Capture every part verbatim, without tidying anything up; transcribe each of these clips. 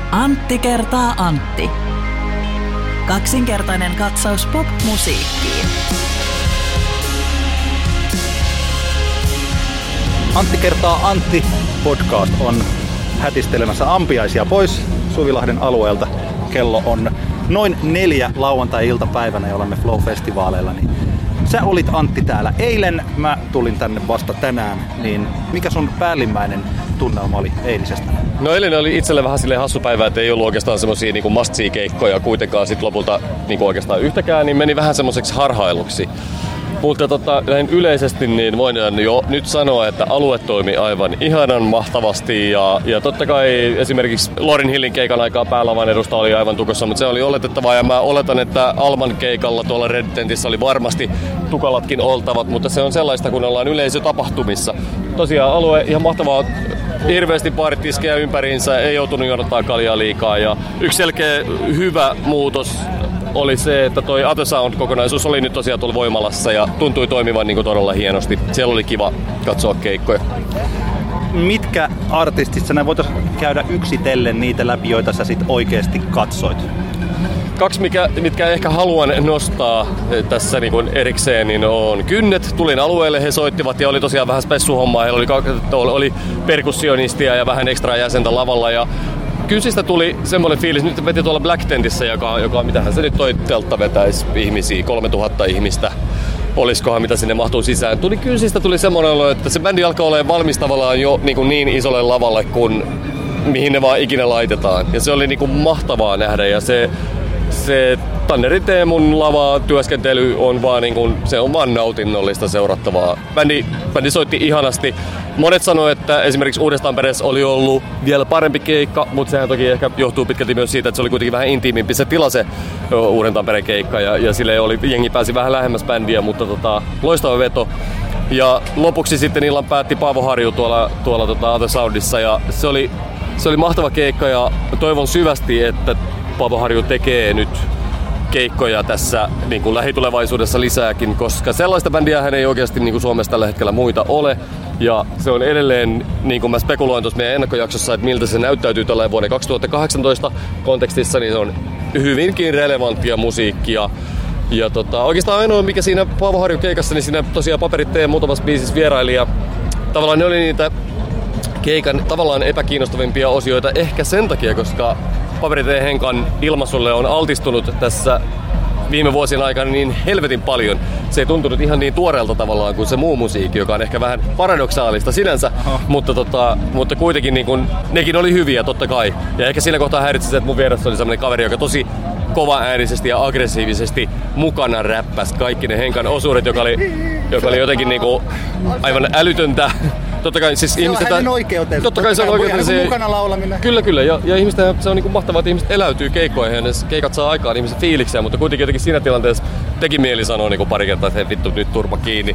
Antti kertaa Antti. Kaksinkertainen katsaus pop-musiikkiin. Antti kertaa Antti podcast on hätistelemässä ampiaisia pois Suvilahden alueelta. Kello on noin neljä lauantai-iltapäivänä ja olemme Flow-festivaaleilla. Niin sä olit Antti täällä eilen, mä tulin tänne vasta tänään. Niin mikä sun päällimmäinen tunnelma oli eilisestä? No eilen oli itselle vähän silleen hassu päivä, että ei ollut oikeastaan semmosia niinku must-see-keikkoja kuitenkaan sit lopulta niinku oikeastaan yhtäkään, niin meni vähän semmoiseksi harhailuksi. Mutta tota, näin yleisesti niin voin jo nyt sanoa, että alue toimi aivan ihanan mahtavasti ja, ja totta kai esimerkiksi Lauryn Hillin keikan aikaa päälavan edusta oli aivan tukossa, mutta se oli oletettavaa ja mä oletan, että Alman keikalla tuolla Red Tentissä oli varmasti tukalatkin oltavat, mutta se on sellaista, kun ollaan yleisötapahtumissa. Tosiaan alue ihan mahtavaa, hirveästi baaritiskejä ympäriinsä, ei joutunut jonottaa kaljaa liikaa ja yksi selkeä hyvä muutos oli se, että toi Other Sound-kokonaisuus oli nyt tosiaan tuolla Voimalassa ja tuntui toimivan niin kuin todella hienosti. Siellä oli kiva katsoa keikkoja. Mitkä artistit sä voitaisiin käydä yksitellen niitä läpi, joita sä sit oikeasti katsoit? Kaksi, mikä, mitkä ehkä haluan nostaa tässä niin kuin erikseen, niin on Kynnet. Tulin alueelle, he soittivat ja oli tosiaan vähän spessuhommaa. Heillä oli, oli perkussionistia ja vähän ekstra jäsentä lavalla. Ja Kynsistä tuli semmoinen fiilis, nyt veti tuolla Black Tentissä, joka, joka mitähän se nyt toi teltta vetäisi ihmisiä, kolmetuhatta ihmistä. Oliskohan mitä sinne mahtuu sisään. Tuli Kynsistä tuli semmoinen olo, että se bändi alkaa olemaan valmis tavallaan jo niin, kuin niin isolle lavalle, kuin mihin ne vaan ikinä laitetaan. Ja se oli niin kuin mahtavaa nähdä ja se, se Tanneri Teemun lava työskentely on vaan niin kuin, se on vaan nautinnollista seurattavaa. Bändi, bändi soitti ihanasti. Monet sanoi, että esimerkiksi Uudestampereessa oli ollut vielä parempi keikka, mutta sehän toki ehkä johtuu pitkälti myös siitä, että se oli kuitenkin vähän intiimimpi se tila se Uudestampereen keikka ja, ja sille oli, jengi pääsi vähän lähemmäs bändiä, mutta tota, loistava veto. Ja lopuksi sitten illan päätti Paavo Harju tuolla, tuolla tota Other Soundissa ja se oli, se oli mahtava keikka ja toivon syvästi, että Paavo Harju tekee nyt keikkoja tässä niin kuin lähitulevaisuudessa lisääkin, koska sellaista bändiähän ei oikeasti niin kuin Suomessa tällä hetkellä muita ole. Ja se on edelleen, niin kuin mä spekuloin tuossa meidän ennakkojaksossa, että miltä se näyttäytyy tällä vuoden kaksituhattakahdeksantoista kontekstissa, niin se on hyvinkin relevanttia musiikkia. Ja tota, oikeastaan ainoa, mikä siinä Paavo Harjun keikassa, niin siinä tosiaan Paperit T muutamassa biisissä vieraili. Ja tavallaan ne oli niitä keikan tavallaan epäkiinnostavimpia osioita ehkä sen takia, koska Paperit T Henkan ilmaisulle on altistunut tässä viime vuosien aikana niin helvetin paljon. Se ei tuntunut ihan niin tuoreelta tavallaan kuin se muu musiikki, joka on ehkä vähän paradoksaalista sinänsä, mutta, tota, mutta kuitenkin niin kun, nekin oli hyviä totta kai. Ja ehkä siinä kohtaa häiritsi se, että mun vieressä oli sellainen kaveri, joka tosi kova-äänisesti ja aggressiivisesti mukana räppäsi kaikki ne Henkan osuudet, joka oli, joka oli jotenkin niin kuin aivan älytöntä. Totta kai siis se ihmiset, on hänen oikeutensa. Totta kai se on oikeutensa. Se, mukana laulaminen. Kyllä, kyllä. Ja, ja ihmisten, se on niinku mahtavaa, että ihmiset eläytyy keikkoihin ja ne keikat saa aikaan ihmisen fiiliksiä, mutta kuitenkin jotenkin siinä tilanteessa teki mieli sanoa niinku pari kertaa, että hei vittu, nyt turpa kiinni.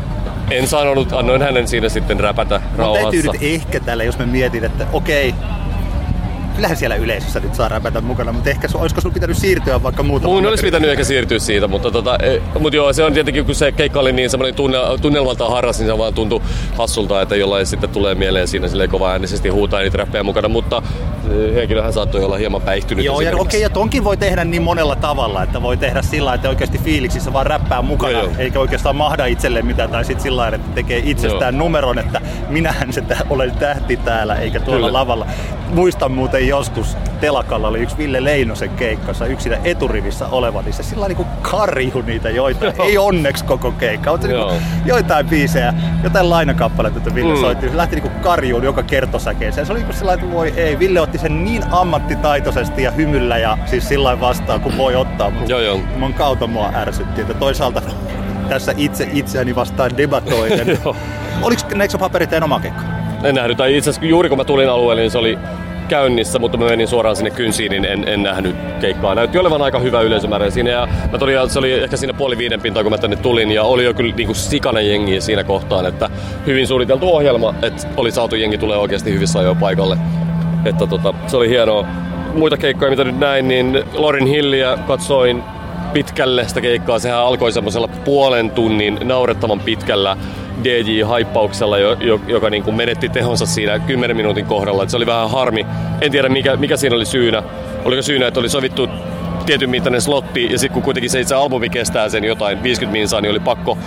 En sanonut, annoin hänen siinä sitten räpätä rauhassa. Mutta täytyy nyt ehkä tällä, jos mä mietin, että okei, kyllähän siellä yleisössä nyt saa räpätä mukana, mutta ehkä olisiko sun pitänyt siirtyä vaikka muutama? Mun olisi pitänyt ehkä siirtyä siitä, mutta, tota, mutta joo, se on tietenkin, kun se keikka oli niin semmoinen tunne, tunnelmaltaan harras, niin se vaan tuntui hassulta, että jollain sitten tulee mieleen siinä silleen kova äänisesti huutaa niitä räppejä mukana, mutta henkilöhän saattoi olla hieman päihtynyt. Joo, ja okei, okay, ja tonkin voi tehdä niin monella tavalla, että voi tehdä sillä että oikeasti fiiliksissä vaan räppää mukana, joo, joo. Eikä oikeastaan mahda itselleen mitään, tai sitten sillä että tekee itsestään joo. numeron, että minähän se tä- olen tähti täällä, eikä tuolla Kyllä. lavalla. Muistan muuten joskus telakalla oli yksi Ville Leinosen keikkassa, yksinä eturivissä oleva, niin se sillä niin kuin karju niitä joitain. Ei onneksi koko keikka, mutta niin joitain biisejä, jotain lainakappaleita, että Ville mm. soitti. Se lähti niin kuin karjuun joka kertosäkeeseen. Se oli niin sillä että voi ei, Ville otti sen niin ammattitaitoisesti ja hymyllä ja siis sillä vastaan kun voi ottaa. Joo, joo. Mun kautta mua ärsytti, että toisaalta tässä itse itseäni vastaan debatoiden. Oliko näinkö Paperit T:n oma keikka? En nähnyt, tai itse asiassa juuri kun mä tulin alueelle, niin se oli käynnissä, mutta mä menin suoraan sinne Kynsiin, niin en, en nähnyt keikkaa. Näytti olevan aika hyvä yleisömäärä siinä ja mä tulin, se oli ehkä siinä puoli viiden pintaan, kun mä tänne tulin ja oli jo kyllä niin kuin sikana jengiä siinä kohtaan, että hyvin suunniteltu ohjelma, että oli saatu jengi tulee oikeasti hyvissä ajoin paikalle. Että tota, se oli hienoa. Muita keikkoja, mitä nyt näin, niin Lauryn Hilliä katsoin pitkälle sitä keikkaa. Sehän alkoi semmoisella puolen tunnin naurettavan pitkällä D J-haippauksella, joka niin kuin menetti tehonsa siinä kymmenen minuutin kohdalla. Et se oli vähän harmi. En tiedä mikä, mikä siinä oli syynä. Oliko syynä, että oli sovittu tietyn mittainen slotti ja sitten kun kuitenkin se itse albumi kestää sen jotain viisikymmentä minsaa, niin oli pakko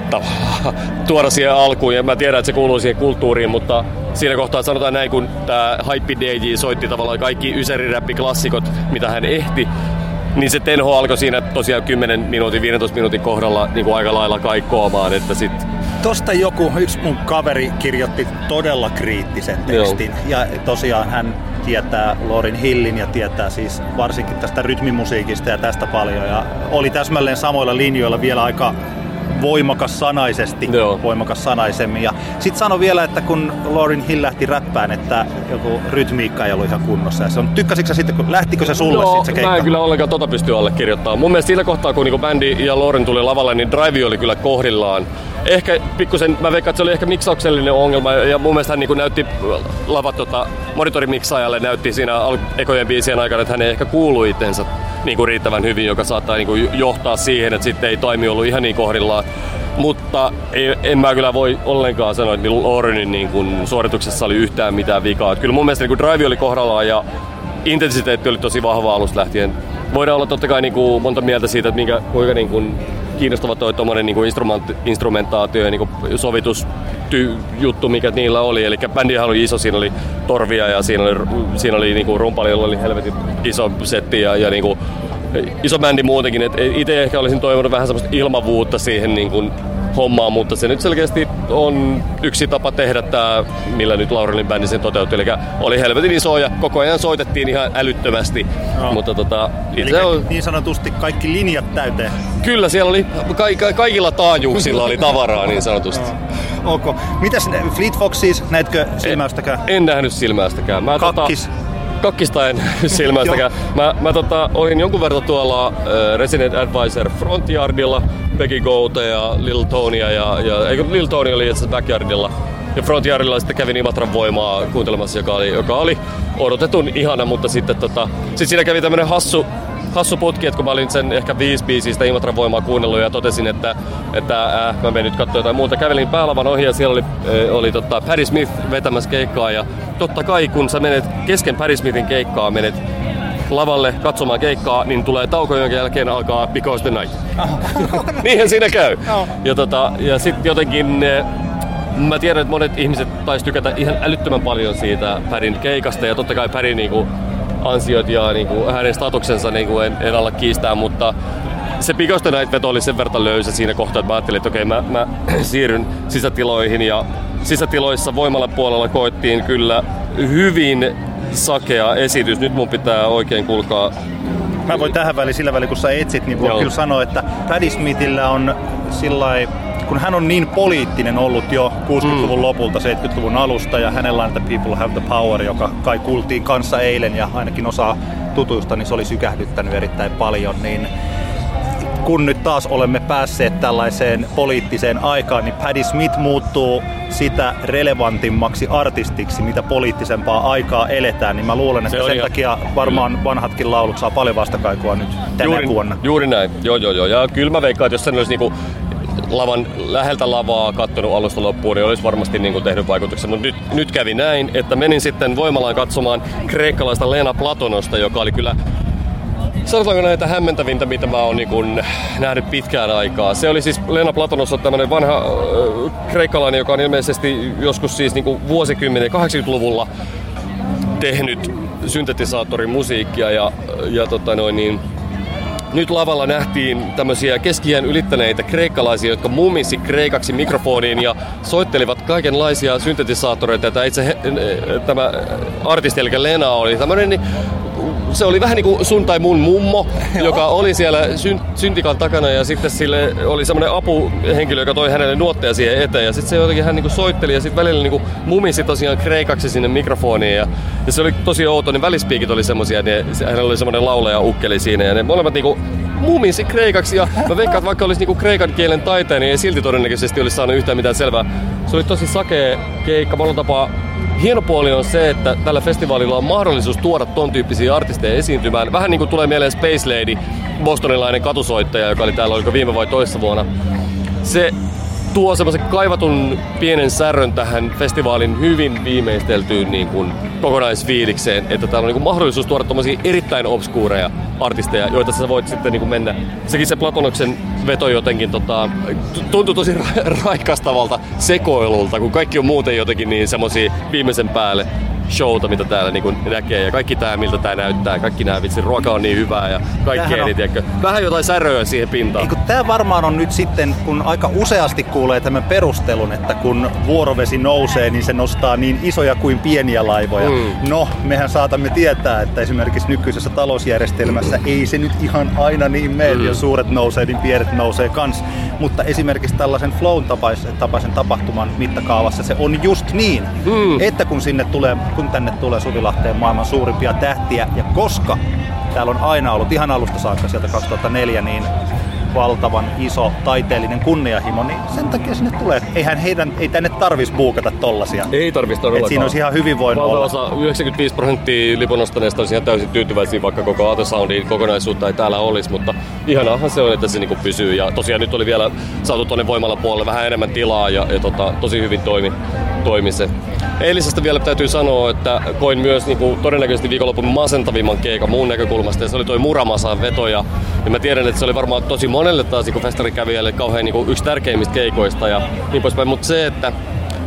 tuoda siihen alkuun. Ja mä tiedän, että se kuuluu siihen kulttuuriin, mutta siinä kohtaa sanotaan näin, kun tää Hype D J soitti tavallaan kaikki ysäriräppiklassikot, mitä hän ehti, niin se tenho alkoi siinä tosiaan kymmenen minuutin, viisitoista minuutin kohdalla niin kuin aika lailla kaikkoamaan, että sit... Tosta joku, yksi mun kaveri kirjoitti todella kriittisen tekstin. Joo. Ja tosiaan hän tietää Lauryn Hillin ja tietää siis varsinkin tästä rytmimusiikista ja tästä paljon. Ja oli täsmälleen samoilla linjoilla vielä aika voimakas sanaisesti, Joo. voimakas sanaisemmin. Ja sit sano vielä, että kun Lauryn Hill lähti räppään, että joku rytmiikka ei ollut ihan kunnossa. Ja se on, tykkäsitkö sä sitten, kun lähtikö se sulle no, sit se keikka? Mä en kyllä ollenkaan tota pysty allekirjoittamaan. Mun mielestä sillä kohtaa, kun niinku bändi ja Lauryn tuli lavalle, niin drive oli kyllä kohdillaan. Ehkä pikkusen, mä veikkaan, että se oli ehkä miksauksellinen ongelma, ja mun mielestä hän niin näytti lavat tota, monitorimixaajalle näytti siinä al- ekojen biisien aikana, että hän ei ehkä kuulu itsensä niin kuin riittävän hyvin, joka saattaa niin kuin johtaa siihen, että sitten ei toimi ollut ihan niin kohdillaan. Mutta ei, en mä kyllä voi ollenkaan sanoa, että Laurynin niin kuin suorituksessa oli yhtään mitään vikaa. Että kyllä mun mielestä niin kuin drive oli kohdallaan ja intensiteetti oli tosi vahva alusta lähtien. Voidaan olla totta kai niin kuin monta mieltä siitä, että minkä, kuinka niin kuin kiinnostava toi tommonen niinku instrumentaatio ja niinku sovitusjuttu, mikä niillä oli. Eli bändihän oli iso, siinä oli torvia ja siinä oli, siinä oli niinku rumpalilla oli helvetin iso setti ja, ja niinku iso bändi muutenkin. Et itse ehkä olisin toivonut vähän semmoista ilmavuutta siihen niinku hommaan, mutta se nyt selkeästi on yksi tapa tehdä tää, millä nyt Laurynin bändi sen toteutti. Eli oli helvetin iso ja koko ajan soitettiin ihan älyttömästi. No. Mutta tota, itse on... niin sanotusti kaikki linjat täyteen. Kyllä, siellä oli ka- kaikilla taajuuksilla oli tavaraa niin sanotusti. No. Okay. Mitäs Fleet Foxes, näetkö silmäystäkään? En, en nähnyt silmäystäkään. Mä Kakkis? Tota, kakkista en silmäystäkään. mä mä tota, olin jonkun verran tuolla uh, Resident Advisor Frontyardilla, Becky Goatea ja Lil Tonya ja, ja eikö Lil Tony oli itse asiassa Backyardilla. Ja Frontyardilla sitten kävin Imatran voimaa kuuntelemassa, joka oli, joka oli odotetun ihana, mutta sitten tota, sit siinä kävi tämmönen hassu Hassu putki, että kun mä olin sen ehkä viisi biisistä Imatran voimaa kuunnellut ja totesin, että, että äh, mä menin nyt katsoa jotain muuta. Kävelin päälavan ohi ja siellä oli, äh, oli tota, Patti Smith vetämässä keikkaa ja totta kai kun sä menet kesken Patti Smithin keikkaa, menet lavalle katsomaan keikkaa, niin tulee tauko, jonka jälkeen alkaa Because the Night. Niinhän siinä käy. Ja, tota, ja sitten jotenkin... Äh, Mä tiedän, että monet ihmiset taisi tykätä ihan älyttömän paljon siitä Pattin keikasta ja totta kai Pattin niinku ansiot ja niinku hänen statuksensa niinku en, en alla kiistää, mutta se Because the Night-veto oli sen verran löysä siinä kohtaa, että mä ajattelin, että okei, mä, mä siirryn sisätiloihin ja sisätiloissa voimalla puolella koettiin kyllä hyvin sakea esitys. Nyt mun pitää oikein kulkaa. Mä voin tähän väliin, sillä väliin kun sä etsit, niin voin kyllä sanoa, että Patti Smithillä on sillai, kun hän on niin poliittinen ollut jo kuusikymmentäluvun mm. lopulta, seitsemänkymmentäluvun alusta, ja hänellä on The People Have the Power, joka kai kuultiin kanssa eilen, ja ainakin osa tutuista, niin se oli sykähdyttänyt erittäin paljon, niin kun nyt taas olemme päässeet tällaiseen poliittiseen aikaan, niin Patti Smith muuttuu sitä relevantimmaksi artistiksi, mitä poliittisempaa aikaa eletään, niin mä luulen, että se sen takia varmaan kyllä. vanhatkin laulut saa paljon vastakaikua nyt tänä juuri, vuonna. Juuri näin, joo joo joo, ja kyllä mä veikkaan, että jos sen olisi niinku lavan, läheltä lavaa kattonut alusta loppuun, niin olisi varmasti niin kuin tehnyt vaikutuksen. Mutta nyt, nyt kävi näin, että menin sitten voimalaan katsomaan kreikkalaista Lena Platonosta, joka oli kyllä, sanotaanko näitä hämmentävintä, mitä mä oon niin kuin nähnyt pitkään aikaa. Se oli siis, Lena Platonos on tämmönen vanha äh, kreikkalainen, joka on ilmeisesti joskus siis niin kuin vuosikymmenen kahdeksankymmentäluvulla tehnyt syntetisaattorimusiikkia ja, ja tota noin niin, nyt lavalla nähtiin tämmöisiä keski-iän ylittäneitä kreikkalaisia, jotka mumisi kreikaksi mikrofoniin ja soittelivat kaikenlaisia syntetisaattoreita. Tämä itse tämä artisti, eli Lena, oli tämmöinen, niin se oli vähän niin kuin sun tai mun mummo, joka oli siellä syn- syntikan takana ja sitten sille oli semmoinen apuhenkilö, joka toi hänelle nuotteja siihen eteen ja sitten se jotenkin hän niin kuin soitteli ja sitten välillä niin kuin mumisi tosiaan kreikaksi sinne mikrofoniin ja, ja se oli tosi outo, niin välispiikit oli semmosia, ne, hänellä oli semmoinen laulaja ukkeli siinä ja ne molemmat niin kuin mumisi kreikaksi ja mä veikkaan, että vaikka olisi niin kuin kreikan kielen taiteen, niin ei silti todennäköisesti olisi saanut yhtään mitään selvää. Se oli tosi sakea keikka, monella tapaa. Hieno puoli on se, että tällä festivaalilla on mahdollisuus tuoda ton tyyppisiä artisteja esiintymään. Vähän niin kuin tulee mieleen Space Lady, bostonilainen katusoittaja, joka oli täällä oliko viime vai toissa vuonna. Se tuo semmoisen kaivatun pienen särön tähän festivaalin hyvin viimeisteltyyn niin kuin kokonaisfiilikseen, että täällä on niin kuin mahdollisuus tuoda tommosia erittäin obskuureja artisteja, joita sä voit sitten niin kuin mennä. Sekin se Platonoksen veto jotenkin tota, tuntui tosi ra- raikastavalta sekoilulta, kun kaikki on muuten jotenkin niin semmosia viimeisen päälle showta, mitä täällä niin näkee, ja kaikki tää, miltä tää näyttää, kaikki nää vitsi, ruoka on niin hyvää, ja kaikkea niin, tiedätkö, vähän jotain säröä siihen pintaan. Eikö tää varmaan on nyt sitten, kun aika useasti kuulee tämän perustelun, että kun vuorovesi nousee, niin se nostaa niin isoja kuin pieniä laivoja. Mm. No, mehän saatamme tietää, että esimerkiksi nykyisessä talousjärjestelmässä mm. ei se nyt ihan aina niin mene, mm. jos suuret nousee, niin pienet nousee kans. Mutta esimerkiksi tällaisen flown tapaisen, tapaisen tapahtuman mittakaavassa se on just niin, mm. että kun sinne tulee kun tänne tulee Suvilahteen maailman suurimpia tähtiä, ja koska täällä on aina ollut ihan alusta saakka sieltä kaksituhattaneljä niin valtavan iso taiteellinen kunnianhimo, niin sen takia sinne tulee. Eihän heidän, ei tänne tarvitsisi buukata tollasia. Ei tarvitsisi todellakaan. Et siinä olisi ihan hyvin voinut olla. Valtaosa, yhdeksänkymmentäviisi prosenttia liponostaneista olisi ihan täysin tyytyväisiä, vaikka koko Ate Soundin kokonaisuutta ei täällä olisi, mutta ihanaahan se on, että se niinku pysyy. Ja tosiaan nyt oli vielä saatu tuonne voimalapuolelle vähän enemmän tilaa, ja, ja tota, tosi hyvin toimi, toimi se. Eilisestä vielä täytyy sanoa, että koin myös niinku, todennäköisesti viikonlopun masentavimman keikan muun näkökulmasta, ja se oli toi Muramasan veto, ja, ja mä tiedän, että se oli varmaan tosi monelle taas niinku festarikävijälle kauhean niinku, yksi tärkeimmistä keikoista ja niin poispäin, mutta se, että ää,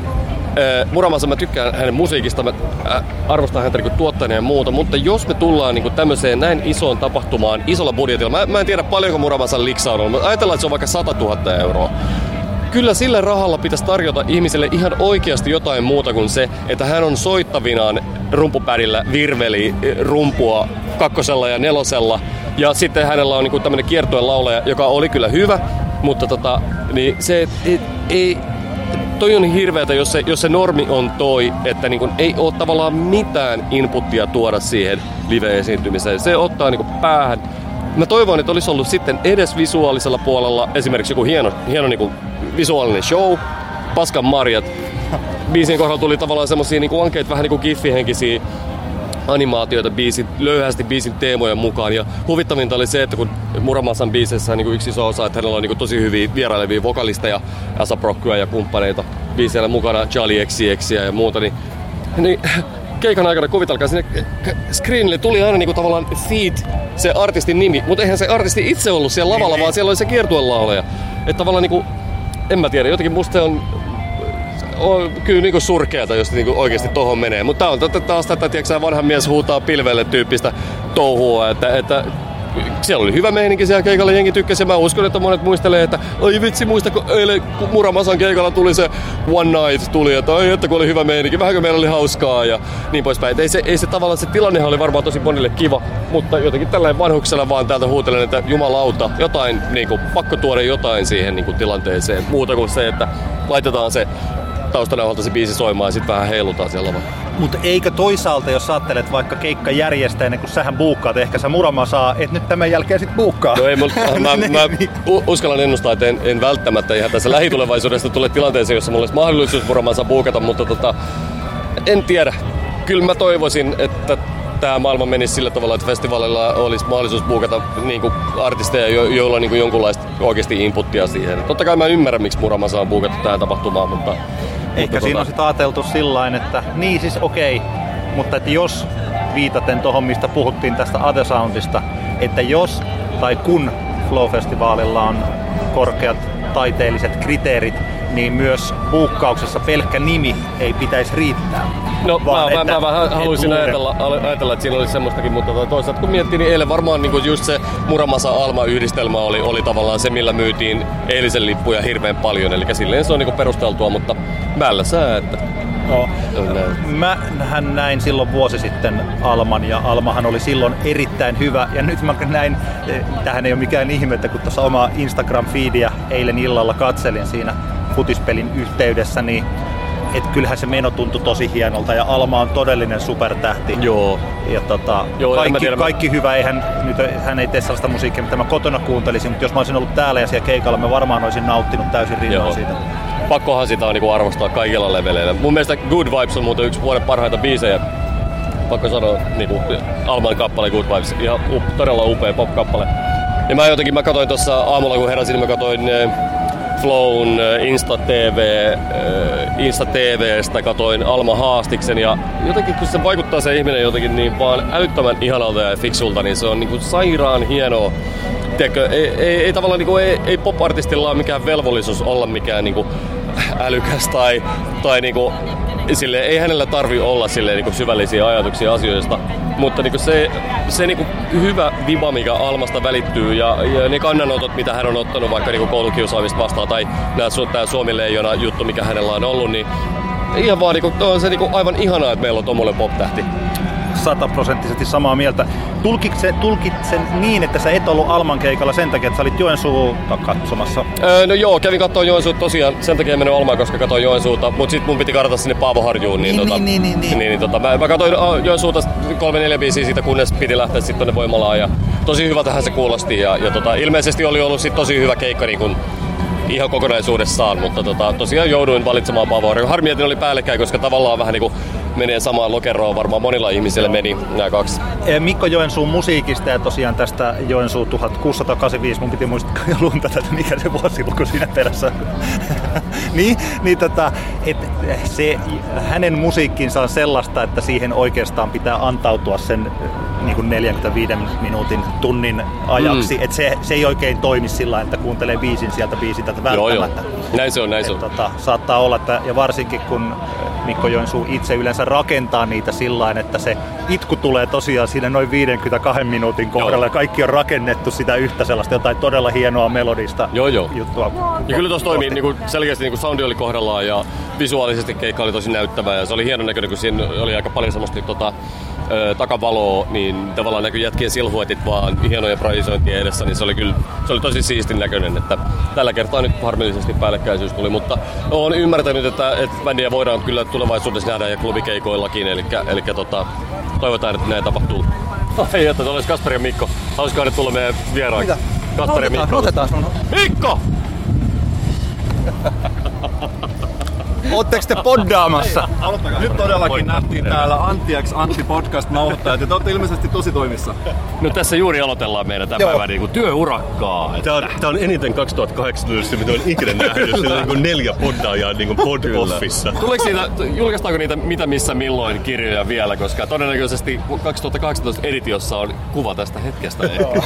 Muramasa, mä tykkään hänen musiikista, mä ää, arvostan häntä niinku tuottajana ja muuta, mutta jos me tullaan niinku tämmöiseen näin isoon tapahtumaan isolla budjetilla, mä, mä en tiedä paljonko Muramasan liksa on ollut, mutta ajatellaan, että se on vaikka sata tuhatta euroa. Kyllä sillä rahalla pitäisi tarjota ihmisille ihan oikeasti jotain muuta kuin se, että hän on soittavinaan rumpupädillä virveli rumpua kakkosella ja nelosella. Ja sitten hänellä on niinku tämmöinen kiertueen laulaja, joka oli kyllä hyvä, mutta tota, niin se ei, ei, toi on hirveätä, jos se, jos se normi on toi, että niinku ei ole tavallaan mitään inputtia tuoda siihen live-esiintymiseen. Se ottaa niinku päähän. Mä toivon, että olisi ollut sitten edes visuaalisella puolella esimerkiksi joku hieno, hieno niinku visuaalinen show, Paskan marjat. Biisin kohdalla tuli tavallaan semmosia niinku ankeita vähän niinku giffihenkisiä animaatioita biisin, löyhästi biisin teemojen mukaan. Ja huvittavinta oli se, että kun Muramasan biiseissä on niinku yksi iso osa, että hänellä on niinku tosi hyviä vierailevia vokalisteja, A$ap Rockyä ja kumppaneita biiseillä mukana, Charlie X C X:iä ja muuta, niin, niin keikan aikana kuvitelkaa, sinne screenille tuli aina niinku tavallaan feat, se artistin nimi, mutta eihän se artisti itse ollut siellä lavalla, vaan siellä oli se kiertuelaulaja. Että tavallaan niinku, en mä tiedä, jotenkin musta se on, on kyllä niinku surkeata, jos niinku oikeesti tohon menee. Mutta tää on taas tätä, tiiäksä, vanha mies huutaa pilvelle tyyppistä touhua, että, että siellä oli hyvä meininki siellä keikalla, jengi tykkäsi, ja mä uskon, että monet muistelee, että ai vitsi, muista, kun eilen kun Muramasan keikalla tuli se One Night, tuli, että ai, että kun oli hyvä meininki, vähänkö meillä oli hauskaa, ja niin poispäin. Ei se, ei se tavallaan, se tilannehan oli varmaan tosi monille kiva, mutta jotenkin tällainen vanhuksella vaan täältä huutelen, että jumalauta, jotain, niin kuin, pakko tuoda jotain siihen niin kuin, tilanteeseen, muuta kuin se, että laitetaan se taustanauhalta se biisi soimaan ja sitten vähän heilutaan siellä lavalla. Mutta eikö toisaalta, jos ajattelet vaikka keikka järjestäjänä, kun sähän buukkaat, ehkä sä Muramasaa, et nyt tämän jälkeen sit buukkaa. No ei, mä, mä, mä uskallan ennustaa, että en, en välttämättä ihan tässä lähitulevaisuudesta tule tilanteeseen, jossa mulla olisi mahdollisuus Muramasaa buukata, mutta tota, en tiedä. Kyllä mä toivoisin, että tämä maailma menisi sillä tavalla, että festivaalilla olisi mahdollisuus buukata niin kuin artisteja, jo, joilla on niin kuin jonkunlaista oikeasti inputtia siihen. Totta kai mä ymmärrän, miksi Muramasa on buukattu tähän tapahtumaan, mutta ehkä mutta siinä on sitten ajateltu sillain, että niin siis okei, okay, mutta että jos viitaten tuohon, mistä puhuttiin tästä Ate Soundista, että jos tai kun Flow-festivaalilla on korkeat taiteelliset kriteerit, niin myös buukkauksessa pelkkä nimi ei pitäisi riittää. No mä, että, mä, mä vähän haluaisin ajatella, ajatella, että siinä olisi semmoistakin, mutta toisaalta kun miettii, niin eilen varmaan niin just se Muramasa-Alma-yhdistelmä oli, oli tavallaan se, millä myytiin eilisen lippuja hirveän paljon, eli silleen se on niin perusteltua, mutta mällä sää, että no, mähän näin silloin vuosi sitten Alman, ja Almahan oli silloin erittäin hyvä, ja nyt mä näin, tähän ei ole mikään ihme, että kun tuossa omaa Instagram-feediä eilen illalla katselin siinä futispelin yhteydessä, niin et kyllähän se meno tuntui tosi hienolta, ja Alma on todellinen supertähti. Joo. Ja tota, Joo, kaikki, tiedä, kaikki hyvä, eihän, nyt hän ei tee sellaista musiikkia, mitä mä kotona kuuntelisin, mutta jos mä olisin ollut täällä ja siellä keikalla, mä varmaan olisin nauttinut täysin rinnoin siitä. Pakkohan sitä on niinku arvostaa kaikilla leveleillä. Mun mielestä Good Vibes on muuten yksi vuoden parhaita biisejä. Pakko sanoa, niinku Alman kappale Good Vibes, ihan up, todella upea pop-kappale. Ja mä jotenkin, mä katsoin tuossa aamulla kun heräsin, mä katsoin Flown Insta T V, Insta T V:stä katoin Alma Haastiksen ja jotenkin kun se vaikuttaa se ihminen jotenkin niin vaan älyttömän ihanalta ja fiksulta, niin se on niinku sairaan hienoa. Tiedätkö, ei, ei, ei tavallaan niinku, ei, ei pop-artistilla ole mikään velvollisuus olla mikään niinku älykäs tai, tai niinku, sille, ei hänellä tarvi olla silleen, niinku syvällisiä ajatuksia asioista, mutta niinku se, se niinku hyvä viba, mikä Almasta välittyy ja, ja ne kannanotot, mitä hän on ottanut vaikka niinku koulukiusaamista vastaan tai tämä Suomi-leijona juttu, mikä hänellä on ollut, niin ihan vaan niinku, on se niinku aivan ihanaa, että meillä on tommoinen pop-tähti. Sataprosenttisesti samaa mieltä. Tulkitse, tulkitsen niin, että sä et ollut Alman keikalla sen takia, että sä olit Joensuuta katsomassa? Öö, no joo, kävin katsoa Joensuuta tosiaan. Sen takia en mennyt Almaan, koska katsoin Joensuuta. Mut sit mun piti karata sinne Paavoharjuun. Niin, niin, tota, niin, niin, niin. niin, niin tota, mä, mä katsoin Joensuuta kolme neljä biisiä siitä, kunnes piti lähteä sitten tonne Voimalaan. Ja tosi hyvältähän se kuulosti. Ja, ja tota, ilmeisesti oli ollut sit tosi hyvä keikka niin kun ihan kokonaisuudessaan. Mutta tota, tosiaan jouduin valitsemaan Paavoharjuun. Harmi, että ne oli päällekkäin, koska tavallaan vähän niinku menee samaan lokeroon, varmaan monilla ihmisillä meni nämä kaksi. Mikko Joensuun musiikista ja tosiaan tästä Joensuu tuhatkuusisataakahdeksankymmentäviisi, mun piti muistaa ja luntata, että mikä se vuosiluku siinä perässä on. niin, niin tota, et se, hänen musiikkinsa on sellaista, että siihen oikeastaan pitää antautua sen niin kuin neljänkymmenenviiden minuutin tunnin ajaksi. Mm. Et se, se ei oikein toimi sillä, että kuuntelee biisin sieltä biisiltä välttämättä. Joo, joo. Näin se on, näin se on. Tota, saattaa olla, että, ja varsinkin kun Mikko Joensuu itse yleensä rakentaa niitä sillain, että se itku tulee tosiaan siinä noin viidenkymmenenkahden minuutin kohdalla. Joo. Ja kaikki on rakennettu sitä yhtä sellaista jotain todella hienoa melodista joo, joo. juttua. Ja kyllä tuossa toimii niin selkeästi niin soundi oli kohdallaan ja visuaalisesti keikka oli tosi näyttävää ja se oli hienon näköinen, kun siinä oli aika paljon semmoista tota, ö, takavaloa, niin tavallaan näkyi jätkien silhuetit vaan hienoja projisointia edessä, niin se oli kyllä se oli tosi siistin näköinen, että tällä kertaa nyt harmillisesti päällekkäisyys tuli, mutta olen ymmärtänyt, että, että bändiä voidaan kyllä tulevaisuudessa nähdä ja klubikeikoillakin, eli, eli tota, toivotaan, että näin tapahtuu. Ai, että tuolla olisi Kasperi ja Mikko. Haluaisiko ne tulla meidän vieraaksi? Mitä? Kasperi ja Mikko. Otetaan sun. Mikko! Ootteko te poddaamassa? Nyt todellakin nähtiin täällä Antti X Antti podcast nauhoittajat ja te olette ilmeisesti tosi toimissa. No tässä juuri aloitellaan meidän tämän päivän niin työurakkaa. Tää on, tää on eniten kaksituhattakahdeksantoista, mitä olen ikinä nähnyt. Sillä on niin neljä poddaajaa niin pod-offissa. Tuleeko niitä, julkaistaanko niitä mitä missä milloin kirjoja vielä, koska todennäköisesti kaksituhattakahdeksantoista editiossa on kuva tästä hetkestä ehkä.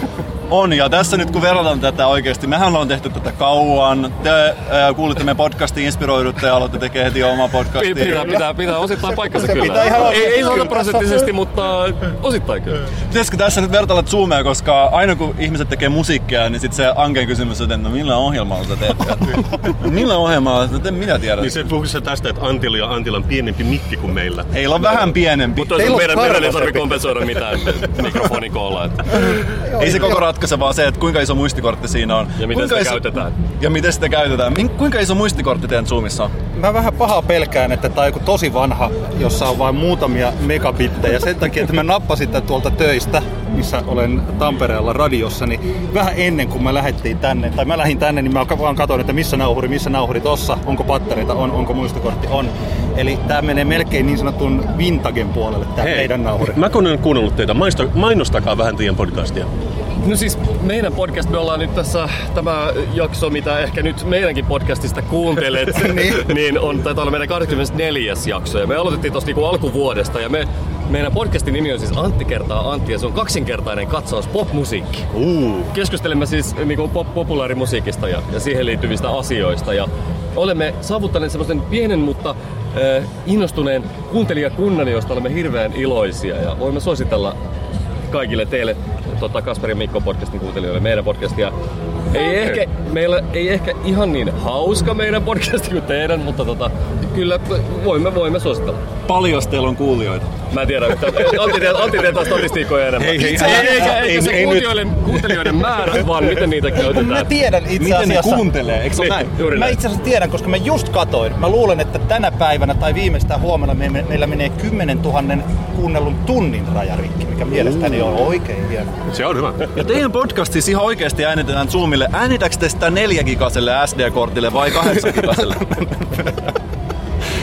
On, ja tässä nyt kun verrataan tätä oikeasti, mehän ollaan tehty tätä kauan, te äh, kuulitte meidän podcastiin, inspiroidutte ja aloitte tekemään heti omaa podcastia. Pitää, pitää, pitää osittain paikkansa kyllä. Ei, ei sataprosenttisesti, mutta osittain kyllä. Pitäisikö tässä nyt vertailla Zoomia, koska aina kun ihmiset tekee musiikkia, niin sitten se ankeen kysymys on, että no millä ohjelmalla sä teet? Millä ohjelmalla sä teet? Minä tiedän. Niin se puhuisi se tästä, että Antilla ja Antilla on pienempi mikki kuin meillä. Heillä on vähän pienempi. Mutta meidän, meidän ei tarvitse kompensoida mitään mikrofonikoolla. Että. Ei se koko ratkaise vaan se, että kuinka iso muistikortti siinä on. Ja miten kuinka sitä iso, käytetään. Ja miten sitä käytetään. Kuinka iso muistikortti teidän Zoomissa on? Mä vähän pahaa pelkään, että tää on joku tosi vanha, jossa on vain muutamia megabittejä. Sen takia, että mä nappasin tän tuolta töistä, missä olen Tampereella radiossa, niin vähän ennen kuin mä lähdettiin tänne, tai mä lähdin tänne, niin mä vaan katsoin, että missä nauhuri, missä nauhuri tossa, onko pattereita, on, onko muistikortti, on. Eli tää menee melkein niin sanotun vintagen puolelle, tää Hei, meidän nauhuri. Mä kun olen kuunnellut teitä, mainostakaa vähän teidän podcastia. No siis meidän podcast, me ollaan nyt tässä, tämä jakso, mitä ehkä nyt meidänkin podcastista kuuntelet, niin. niin on, taitaa olla meidän kahdeskymmenesneljäs jakso. Ja me aloitettiin tossa niinku alkuvuodesta ja me, meidän podcastin nimi on siis Antti kertaa Antti ja se on kaksinkertainen katsaus popmusiikki. Uh. Keskustelemme siis niinku pop- populaarimusiikista ja, ja siihen liittyvistä asioista ja olemme saavuttaneet semmoisen pienen, mutta äh, innostuneen kuuntelijakunnan, josta olemme hirveän iloisia ja voimme suositella kaikille teille tota Kasperi ja Mikko podcastin kuuntelijoille meidän podcastia. Ei ehkä, meillä ei ehkä ihan niin hauska meidän podcasti kuin teidän, mutta tota, kyllä voimme, voimme suositella. Paljon teillä on kuulijoita? Mä en tiedä, että Antti tietää statistiikkoja enemmän. Ei, ei, ei, ei, eikä, eikä se kuuntelijoiden, kuuntelijoiden määrä, vaan miten niitä käytetään. Mä tiedän itse asiassa. Miten ne kuuntelee, eikö se ole näin? Mä itse asiassa tiedän, koska mä just katoin. Mä luulen, että tänä päivänä tai viimeistään huomenna me, meillä menee kymmenen tuhannen kuunnellun tunnin rajarikki, mikä mielestäni on oikein hieno. Se on hyvä. Ja teidän podcast siis ihan oikeasti äänitetään Zoomille. Äänitääkö te sitä neljägigaselle S D-kortille vai kahdeksangigaselle?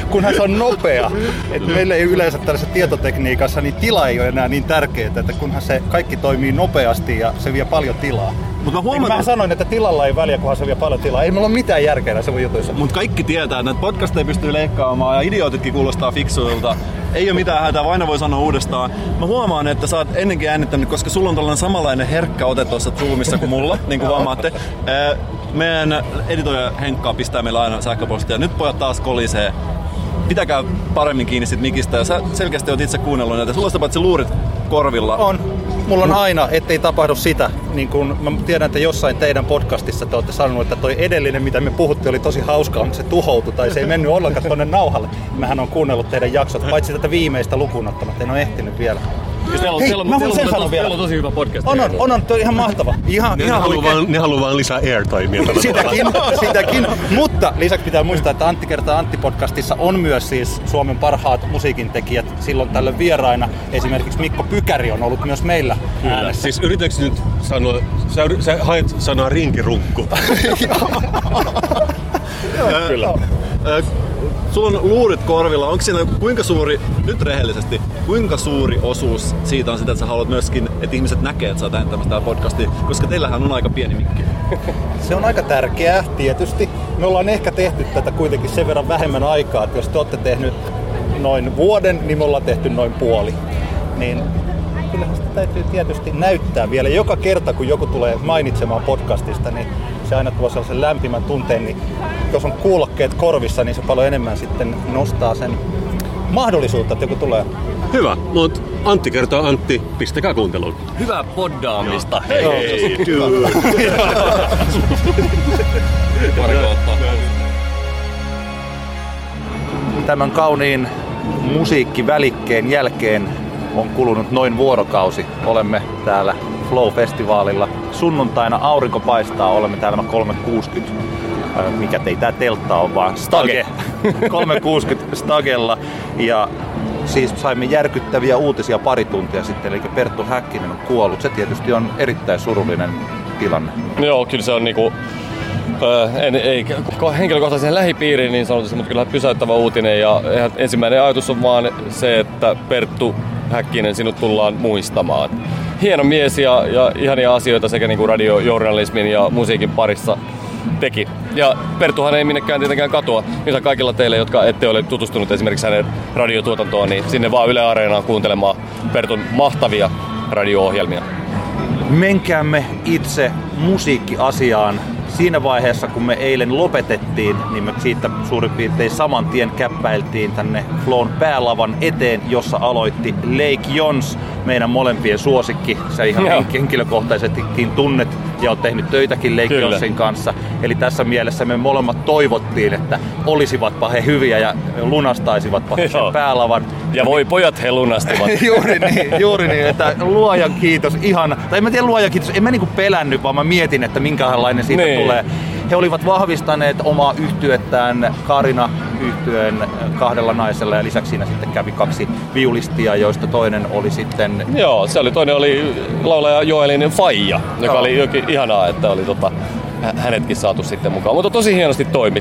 kunhan se on nopea. Et meillä ei yleensä tällaisessa tietotekniikassa, niin tila ei ole enää niin tärkeää, että kunhan se kaikki toimii nopeasti ja se vie paljon tilaa. Mut mä, huomaan, mä sanoin, että tilalla ei väliä, kunhan se vie paljon tilaa. Ei mulla ole mitään järkeä näissä jutuissa. Mut kaikki tietää, että näitä podcasteja pystyy leikkaamaan ja idiootitkin kuulostaa fiksuilta. Ei ole mitään hätää, aina voi sanoa uudestaan. Mä huomaan, että sä oot ennenkin äänittänyt, koska sulla on tällainen samanlainen herkkä ote tuossa Zoomissa kuin mulla, niin kuin huomaatte. Meidän editoija Henkka pistää meillä aina sähköpostia. Nyt pojat taas kolisee. Pitäkää paremmin kiinni sit mikistä. Ja sä selkeästi oot itse kuunnellut näitä. Sulla on paitsi luurit korvilla. On. Mulla on aina, ettei tapahdu sitä. Niin kun mä tiedän, että jossain teidän podcastissa te olette sanonut, että toi edellinen, mitä me puhuttiin, oli tosi hauskaa, mutta se tuhoutui tai se ei mennyt ollenkaan tonne nauhalle. Mähän on kuunnellut teidän jaksot, paitsi tätä viimeistä lukuun ottamatta. En ole ehtinyt vielä. Hei, mä voin sen sanoa vielä. Teillä on tosi hyvä podcast. On, on, on, on on ihan mahtava. Ihan, ne, ihan haluaa vaan, ne haluaa vaan lisää airtimea. Sitäkin, sitäkin. Mutta lisäksi pitää muistaa, että Antti kertaa Antti-podcastissa on myös siis Suomen parhaat musiikintekijät silloin tällöin vieraina. Esimerkiksi Mikko Pykäri on ollut myös meillä Kyllä. äänessä. Siis yritätkö nyt sanoa, sä, sä haet sanaa rinkirunkku. Kyllä. Sulla on luurit korvilla. Onko siinä kuinka suuri, nyt rehellisesti, kuinka suuri osuus siitä on sitä, että sä haluat myöskin, että ihmiset näkee, että sä oot äänittämässä tää podcastia, koska teillähän on aika pieni mikki. Se on aika tärkeää, tietysti. Me ollaan ehkä tehty tätä kuitenkin sen verran vähemmän aikaa, että jos te olette tehnyt noin vuoden, niin me ollaan tehty noin puoli. Niin kyllähän sitä täytyy tietysti näyttää vielä. Joka kerta, kun joku tulee mainitsemaan podcastista, niin se aina tuo sellaisen lämpimän tunteen, niin jos on kuulokkeet korvissa, niin se paljon enemmän sitten nostaa sen mahdollisuutta, että joku tulee. Hyvä, mutta Antti kertoo Antti, pistäkää kuunteluun. Hyvää poddaamista. Hei! Hei! Tämän kauniin musiikkivälikkeen jälkeen on kulunut noin vuorokausi. Olemme täällä Flow-festivaalilla. Sunnuntaina aurinko paistaa, olemme täällä kolmesataakuusikymmentä. Mikä ei tää teltta on, vaan Stage. kolmesataakuusikymmentä Stagella. Ja siis saimme järkyttäviä uutisia pari tuntia sitten, eli Perttu Häkkinen on kuollut. Se tietysti on erittäin surullinen tilanne. Joo, kyllä se on niinku... En, ei henkilökohtaisen lähipiiriin niin sanotusti, mutta kyllä pysäyttävä uutinen. Ja ensimmäinen ajatus on vaan se, että Perttu Häkkinen sinut tullaan muistamaan. Hieno mies ja, ja ihania asioita sekä niinku radiojournalismin ja musiikin parissa teki. Ja Perttuhan ei minnekään tietenkään katoa. Niin kaikilla teille, jotka ette ole tutustunut esimerkiksi hänen radiotuotantoon, niin sinne vaan Yle Areenaan kuuntelemaan Pertun mahtavia radio-ohjelmia. Menkäämme itse musiikkiasiaan. Siinä vaiheessa, kun me eilen lopetettiin, niin me siitä suurin piirtein saman tien käppäiltiin tänne Flown päälavan eteen, jossa aloitti Lake Jons, meidän molempien suosikki. Sä ihan no. henkilökohtaisestikin tunnet ja oot tehnyt töitäkin Lake Kyllä. Jonsin kanssa. Eli tässä mielessä me molemmat toivottiin, että olisivatpa he hyviä ja lunastaisivatpa sen päälavan. Ja voi pojat, he lunastivat. juuri niin, juuri niin, että luojan kiitos, ihan, tai en mä tiedä luojan kiitos, en mä niinku pelännyt, vaan mä mietin, että minkälainen siitä niin. tulee. He olivat vahvistaneet omaa yhtyettään Karina yhtyeen kahdella naisella ja lisäksi siinä sitten kävi kaksi viulistia, joista toinen oli sitten... Joo, se oli, toinen oli laulaja Joelin faija, joka Joo. oli jokin ihanaa, että oli tota, hänetkin saatu sitten mukaan, mutta tosi hienosti toimi.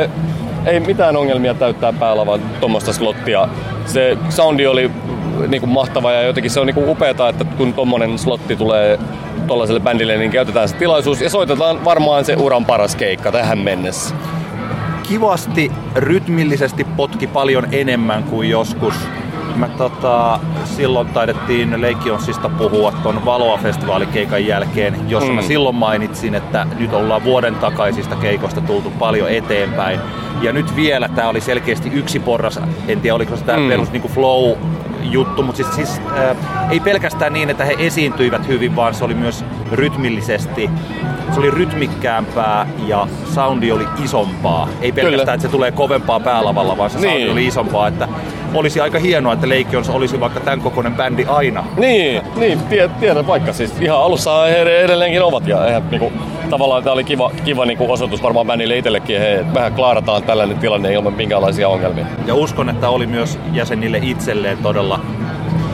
Ei mitään ongelmia täyttää päälavan tuommoista slottia. Se soundi oli niinku mahtava ja jotenkin se on niinku upeata, että kun tommonen slotti tulee tollaiselle bändille, niin käytetään se tilaisuus ja soitetaan varmaan se uran paras keikka tähän mennessä. Kivasti, rytmillisesti potki paljon enemmän kuin joskus. Me tota, silloin taidettiin Lake Jonsista puhua ton Valoa-festivaalikeikan jälkeen, jossa mm. mä silloin mainitsin, että nyt ollaan vuoden takaisista keikoista tultu paljon eteenpäin. Ja nyt vielä tää oli selkeästi yksi porras, en tiedä oliko se tää mm. perus niinku flow juttu, mutta siis, siis äh, ei pelkästään niin, että he esiintyivät hyvin, vaan se oli myös rytmillisesti, se oli rytmikkäämpää ja soundi oli isompaa. Ei pelkästään, Kyllä. että se tulee kovempaa päälavalla, vaan se niin. soundi oli isompaa, että olisi aika hienoa, että Lake Jons olisi vaikka tämän kokoinen bändi aina. Niin, niin tiedän vaikka siis ihan alussa he edelleenkin ovat ja eihän niinku tavallaan tämä oli kiva, kiva niinku osoitus varmaan bändille itsellekin, hei, että mehän klaarataan tällainen tilanne ilman minkäänlaisia ongelmia. Ja uskon, että oli myös jäsenille itselleen todella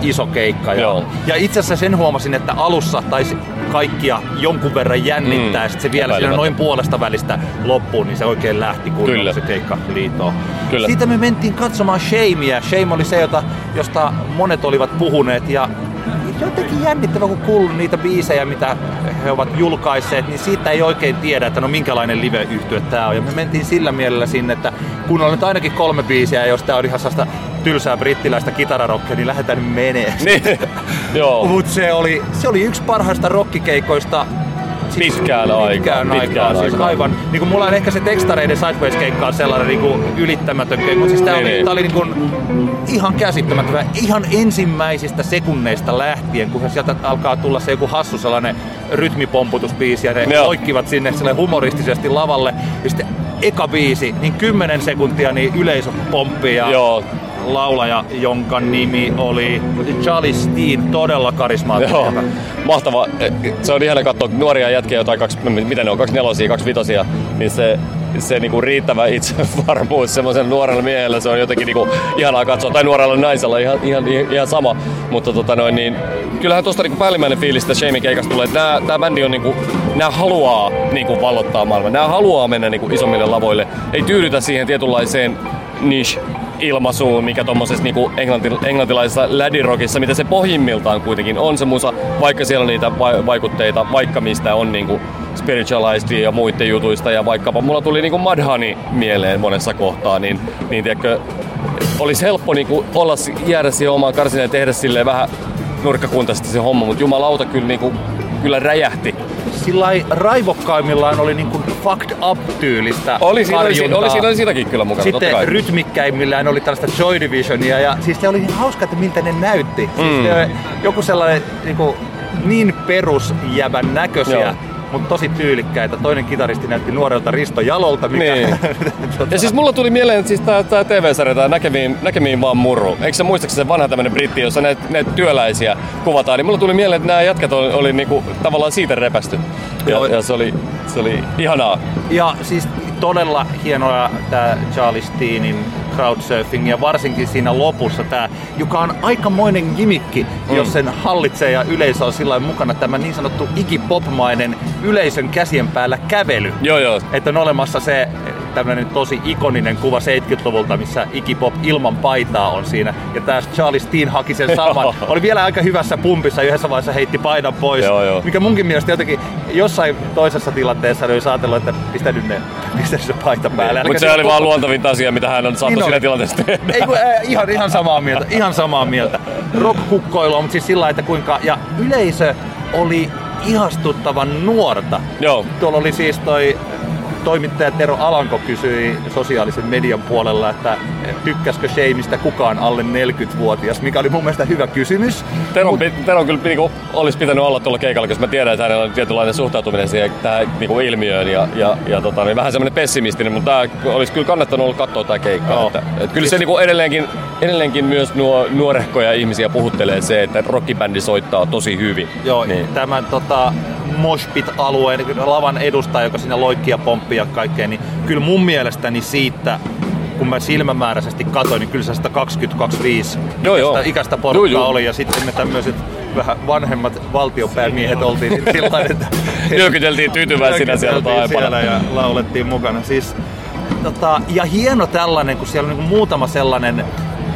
iso keikka. Ja, Joo. ja itse asiassa sen huomasin, että alussa taisi kaikkia jonkun verran jännittää, mm. ja sit se vielä siinä noin puolesta välistä loppuun, niin se oikein lähti kunnolla se keikka liitoon. Kyllä. Siitä me mentiin katsomaan Shamea. Shame oli se, jota, josta monet olivat puhuneet, ja jotenkin jännittävä, kun kuullut niitä biisejä, mitä he ovat julkaisseet, niin siitä ei oikein tiedä, että no minkälainen live-yhtye tää on. Ja me mentiin sillä mielellä sinne, että kun on nyt ainakin kolme biisiä, ja jos tää on ihan sellaista tylsää brittiläistä kitararockia, niin lähdetään nyt menee. Niin. Joo. Mut se oli, se oli yksi parhaista rockikeikoista pitkään aikaan. Pitkään aikaan. Siis aivan, niin kuin mulla on ehkä se Tekstareiden Sideways-keikka on sellainen niin kuin ylittämätön keikka. Siis tää niin, oli, niin. tää oli niin kuin ihan käsittämätön. Ihan ensimmäisistä sekunneista lähtien, kun sieltä alkaa tulla se joku hassu sellainen rytmipomputusbiisi, ja ne Joo. loikkivat sinne humoristisesti lavalle. Ja sitten eka biisi, niin kymmenen sekuntia niin yleisö pomppii. Ja Joo. laulaja, jonka nimi oli Charlie Steen, todella karismaattinen. Joo, mahtava. Se on ihana katsoa nuoria jätkiä, jotain kaksi, mitä ne on, kaksi nelosia, kaksi vitosia, niin se, se niinku riittävä itsevarmuus semmoisen nuorella miehellä, se on jotenkin niinku ihanaa katsoa, tai nuorella naisella ihan, ihan, ihan sama, mutta tota noin, niin kyllähän tuosta niinku päällimmäinen fiilis sitä Shamen keikasta tulee, että nää, tää bändi on niinku, nää haluaa niinku vallottaa maailmaa, nää haluaa mennä niinku isommille lavoille, ei tyydytä siihen tietynlaiseen niche ilmaisuun, mikä tommosessa niinku englanti, englantilaisessa lädirockissa, mitä se pohjimmiltaan kuitenkin on se musa, vaikka siellä on niitä va- vaikutteita, vaikka mistä on niinku spiritualistia ja muiden jutuista, ja vaikkapa mulla tuli niinku Mudhoney mieleen monessa kohtaa, niin, niin tiedätkö, olisi helppo niinku olla, jäädä siihen omaan karsinaan ja tehdä silleen vähän nurkkakuntaisesti se homma, mutta jumalauta kyllä, niinku, kyllä räjähti. Sillai raivokkaimmillaan oli niinku fucked up-tyylistä Oli siinä, oli, harjuntaa. oli siinä oli sitäkin kyllä mukana, totta kai. Sitten rytmikkäimmillään oli tällaista Joy Divisionia, ja siis se oli niin hauska, että miltä ne näytti. Mm. Siis ne, joku sellainen niinku, niin perusjävän näköisiä, Joo. mutta tosi tyylikkäitä. Toinen kitaristi näytti nuorelta Risto Jalolta, mikä... Niin. tota... Ja siis mulla tuli mieleen, että siis tää, tää T V-sarja, tää näkemiin, näkemiin vaan murru. Eikö sä muistaakseni se vanha tämmönen britti, jossa näitä näit työläisiä kuvataan, niin mulla tuli mieleen, että nämä jätkät oli, oli niinku tavallaan siitä repästy. Ja, ja se, oli, se oli ihanaa. Ja siis todella hienoa tää Charlie Steenin crowdsurfing, ja varsinkin siinä lopussa tää, joka on aikamoinen gimikki, mm. jos sen hallitsee ja yleisö on sillä mukana, tämä niin sanottu Iggy Pop-mainen yleisön käsien päällä kävely. Joo, joo. Että on olemassa se tämmöinen tosi ikoninen kuva seitsemänkymmentäluvulta, missä Iggy Pop ilman paitaa on siinä. Ja tää Charlie Steen haki sen saman. Oli vielä aika hyvässä pumpissa, yhdessä vaiheessa heitti paidan pois. Joo, joo. Mikä munkin mielestä jotenkin jossain toisessa tilanteessa olisi ajatellut, että pistä nyt ne, pistä se paita päälle. Mutta se oli koko... vaan luontavinta asia, mitä hän on saattu niin siinä tilanteessa tehdä. Ei, kun, äh, ihan, ihan samaa mieltä, ihan samaa mieltä. Rock-kukkoilua, mutta siis sillä että kuinka... Ja yleisö oli ihastuttavan nuorta. Joo. Tuolla oli siis toi toimittaja Tero Alanko kysyi sosiaalisen median puolella, että tykkäskö Shameista kukaan alle neljäkymmentävuotias, mikä oli mun mielestä hyvä kysymys. Teron, Mut... Teron kyllä niinku, olisi pitänyt olla tuolla keikalla, koska mä tiedän, että hänellä on tietynlainen suhtautuminen siihen tähän niinku ilmiöön ja, ja, ja tota, niin vähän semmoinen pessimistinen, mutta tää olisi kyllä kannattanut olla katsoa tää keikka. No. Että, et kyllä se niinku edelleenkin, edelleenkin myös nuo nuorehkoja ihmisiä puhuttelee se, että rockibändi soittaa tosi hyvin. Joo, niin. Tämän tota, moshpit-alueen lavan edustaja, joka siinä loikki ja pomppi ja kaikkea, niin kyllä mun mielestäni siitä, kun mä silmämääräisesti katsoin, niin kyllä se sitä kaksikymmentä kaksikymmentäviisi joo, joo. ikäistä porukkaa joo, joo. oli, ja sitten me tämmöiset vähän vanhemmat valtionpäämiehet oltiin niin sillain, että nyökyteltiin tyytyväisinä siellä siellä ja laulettiin mukana. Siis, tota, ja hieno tällainen, kun siellä on niin muutama sellainen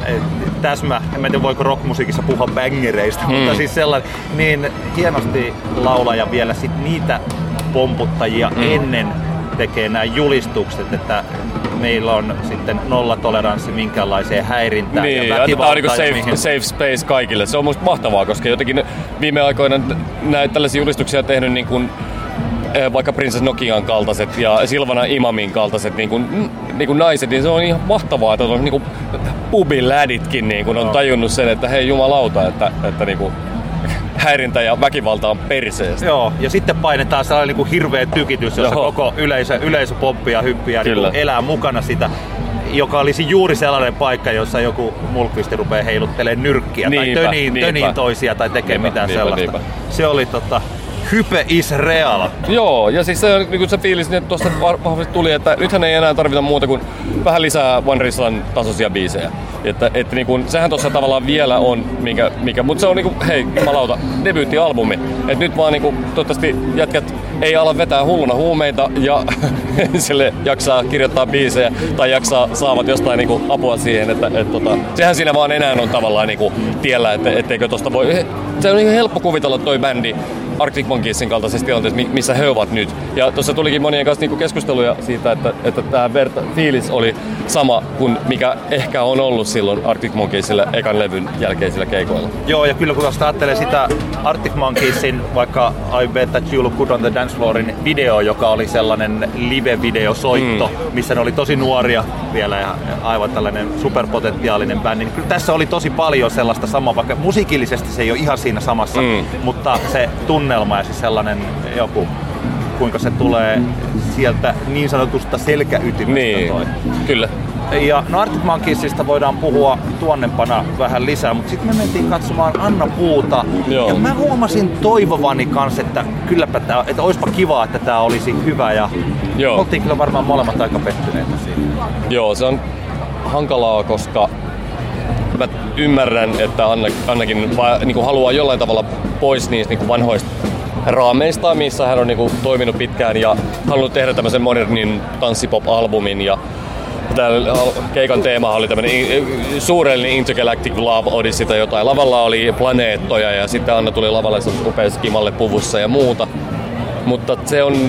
täsmä, en tiedä voiko rockmusiikissa puhua bängereistä, hmm. mutta siis sellainen, niin hienosti laulaja vielä sit niitä pomputtajia hmm. ennen tekee nämä julistukset, että meillä on sitten nollatoleranssi minkäänlaiseen häirintään niin, ja väkivaltaan. Tämä on niin safe, safe space kaikille. Se on musta mahtavaa, koska jotenkin viime aikoina näitä tällaisia julistuksia on tehnyt niin kuin vaikka Princess Nokian kaltaiset ja Silvana Imamin kaltaiset niin kuin, niin kuin naiset, niin se on ihan mahtavaa, että on niin kuin pubiläditkin niin kuin on tajunnut sen, että hei jumalauta, että, että niin kuin häirintä ja väkivalta on perseestä. Joo, ja sitten painetaan sellainen niin hirveä tykitys, jossa Joo. koko yleisö, yleisö pomppii ja hyppii ja niin elää mukana sitä, joka olisi juuri sellainen paikka, jossa joku mulkvisti rupeaa heiluttelemaan nyrkkiä niinpä, tai töniin, niinpä. töniin toisia tai tekee niinpä, mitään niinpä, sellaista. Niinpä. Se oli tota... hype is real. Joo, ja siis se, niin se fiilis, että tuosta vahvasti tuli, että nythän ei enää tarvita muuta kuin vähän lisää One Rislan tasoisia biisejä. Että, että niin kuin, sehän tuossa tavallaan vielä on, mikä, mikä mutta se on niinku, hei, jumalauta, debyyttialbumi. Et nyt vaan niinku, toivottavasti jätkät ei ala vetää hulluna huumeita ja sille jaksaa kirjoittaa biisejä tai jaksaa saavat jostain niinku apua siihen, että et, tota, sehän siinä vaan enää on tavallaan niinku tiellä, että etteikö tosta voi. Se on niin helppo kuvitella toi bändi Arctic Monkeysin kaltaisessa tilanteessa, missä he ovat nyt. Ja tuossa tulikin monien kanssa niinku keskusteluja siitä, että, että tämä verta, fiilis oli sama kuin mikä ehkä on ollut silloin Arctic Monkeysilla ekan levyn jälkeisillä keikoilla. Joo, ja kyllä kun tuosta ajattelee sitä Arctic Monkeysin, vaikka I Bet That You Look Good on the Dance Floorin video, joka oli sellainen live-videosoitto, mm. missä ne oli tosi nuoria vielä ja aivan tällainen superpotentiaalinen bändi. Niin kyllä tässä oli tosi paljon sellaista samaa, vaikka musiikillisesti se ei ole ihan siinä samassa, mm. mutta se tunnelma ja siis sellainen joku, kuinka se tulee sieltä niin sanotusta selkäytimestä. Niin, toi. Kyllä. Ja no Arctic Monkeysista voidaan puhua tuonnempana vähän lisää, mutta sitten me mentiin katsomaan Anna Puuta. Joo. Ja mä huomasin toivovani kanssa, että kylläpä tää, että olisipa kiva, että tää olisi hyvä. Ja Joo. me oltiin kyllä varmaan molemmat aika pettyneitä siitä. Joo, se on hankalaa, koska mä ymmärrän, että Anna, Annakin va, niin kuin haluaa jollain tavalla pois niistä niin kuin vanhoista raameista, missä hän on niin kuin toiminut pitkään ja halunnut tehdä tämmöisen modernin tanssipop-albumin. Ja täällä keikan teema oli tämmöinen suurellinen Intergalactic Love Odyssey tai jotain. Lavalla oli planeettoja ja sitten Anna tuli lavalle upeassa kimalle puvussa ja muuta. Mutta se on,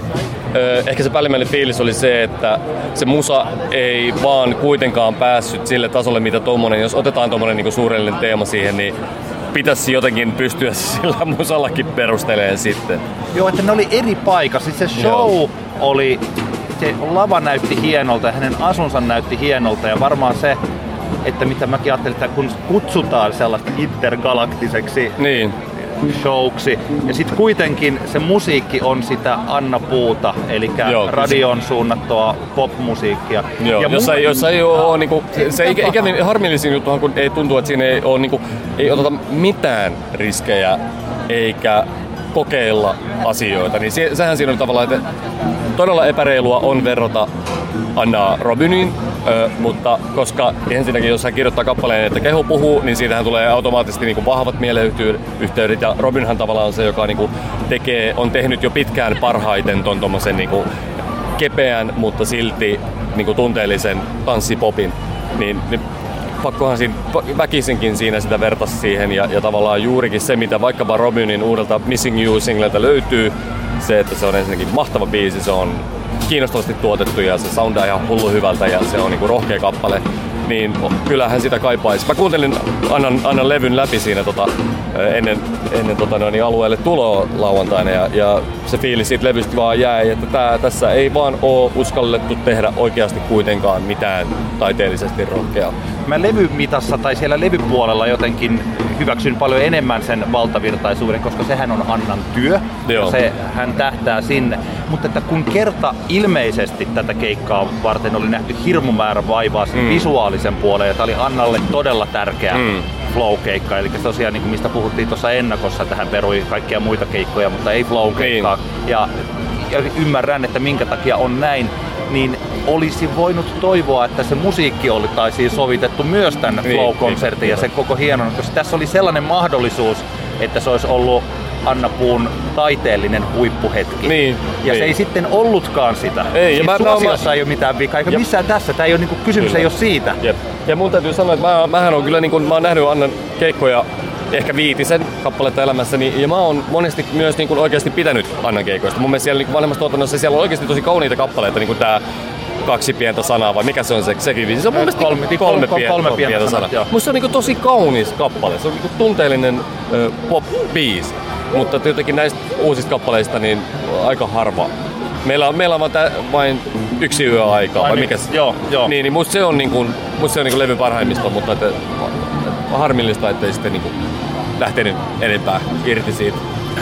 ehkä se päällimmäinen fiilis oli se, että se musa ei vaan kuitenkaan päässyt sille tasolle, mitä tommonen, jos otetaan tommonen niinku suurellinen teema siihen, niin pitäisi jotenkin pystyä sillä musallakin perustelemaan sitten. Joo, että ne oli eri paikassa. Se show Joo. oli, se lava näytti hienolta ja hänen asunsa näytti hienolta ja varmaan se, että mitä mäkin ajattelin, että kun kutsutaan sellaista intergalaktiseksi niin. showksi. Ja sitten kuitenkin se musiikki on sitä Anna Puuta, eli radioon suunnattua popmusiikkia. Joo, ja jossa, mun... jossa ei ole niinku, se ikä, ikävin harmillisin juttuhan, kun ei tuntuu, että siinä ei ole niinku, ei oteta mitään riskejä eikä kokeilla asioita. Niin se, sehän siinä on tavallaan, että todella epäreilua on verrata Anna Robyniin, ö, mutta koska ensinnäkin jos hän kirjoittaa kappaleen, että keho puhuu, niin siitähän tulee automaattisesti niinku vahvat mieleyhteydet ja Robynhan tavallaan on se, joka niinku tekee, on tehnyt jo pitkään parhaiten ton tommosen niinku kepeän, mutta silti niinku tunteellisen tanssipopin, niin, niin pakkohan siinä, väkisinkin siinä sitä vertaisi siihen ja, ja tavallaan juurikin se, mitä vaikkapa Robynin uudelta Missing You-singleltä löytyy, se, että se on ensinnäkin mahtava biisi, se on kiinnostavasti tuotettu ja se soundaa ihan hullu hyvältä ja se on niinku rohkea kappale, niin kyllähän sitä kaipaisi. Mä kuuntelin Annan, Annan levyn läpi siinä tota, ennen, ennen tota, noin, alueelle tuloa lauantaina ja, ja se fiilis siitä levystä vaan jäi, että tää, tässä ei vaan oo uskallettu tehdä oikeasti kuitenkaan mitään taiteellisesti rohkeaa. Mä levymitassa tai siellä levypuolella jotenkin hyväksyn paljon enemmän sen valtavirtaisuuden, koska sehän on Annan työ Joo. ja se, hän tähtää sinne. Mutta että kun kerta ilmeisesti tätä keikkaa varten oli nähty hirmu määrä vaivaa sen mm. visuaalisen puoleen, ja tämä oli Annalle todella tärkeä mm. flow-keikka, eli tosiaan niin kuin mistä puhuttiin tuossa ennakossa, että hän perui kaikkia muita keikkoja, mutta ei flow-keikkaa. Mm. Ja, ja ymmärrän, että minkä takia on näin, niin olisi voinut toivoa, että se musiikki oli taisiin sovitettu myös tänne niin, flow-konsertiin niin, ja se koko hienon, koska tässä oli sellainen mahdollisuus, että se olisi ollut Anna Puun taiteellinen huippuhetki. Niin, ja niin. se ei sitten ollutkaan sitä. Ei, siis suosiossa mä, ei ole mitään vikaa, eikä jep. missään tässä. Tämä ei ole niinku, kysymys kyllä. ei ole siitä. Jep. Ja mun täytyy sanoa, että mä, mähän on kyllä niinku, mä oon nähnyt Annan keikkoja ehkä viitisen kappaletta elämässäni, ja mä oon monesti myös niinku oikeasti pitänyt Annan keikoista. Mun mielestä siellä niinku vanhemmassa tuotannossa siellä on oikeasti tosi kauniita kappaleita, niinku tää kaksi pientä sanaa, vai mikä se on se, sekin? Se on mun mielestä kolme, kolme, kolme, kolme, kolme pientä, pientä sanaa. sanaa. Musta se on niinku tosi kaunis kappale, se on niinku tunteellinen ö, pop-biisi. Mutta jotenkin näistä uusista kappaleista niin aika harva. Meillä on, meillä on vain, tää, vain yksi yö aikaa, vai, vai mikä se? Joo, joo. Niin, niin musta se on, niin kuin, musta se on niin kuin levyn parhaimmista, mutta että, että harmillista, ettei sitten niin kuin lähtenyt enempää irti siitä.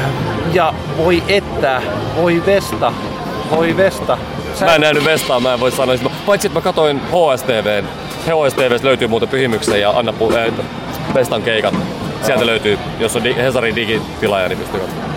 Ja voi että, voi Vesta, voi Vesta. Sä... Mä en nähnyt Vestaa, mä en voi sanoa. Paitsi että mä katsoin H S T V:n. H S T V:stä löytyy muuten Pyhimyksen ja Anna Pu- äh, Vestan keikat. Sieltä löytyy, jos on Hesarin digitilaaja, niin pystyy katsomaan.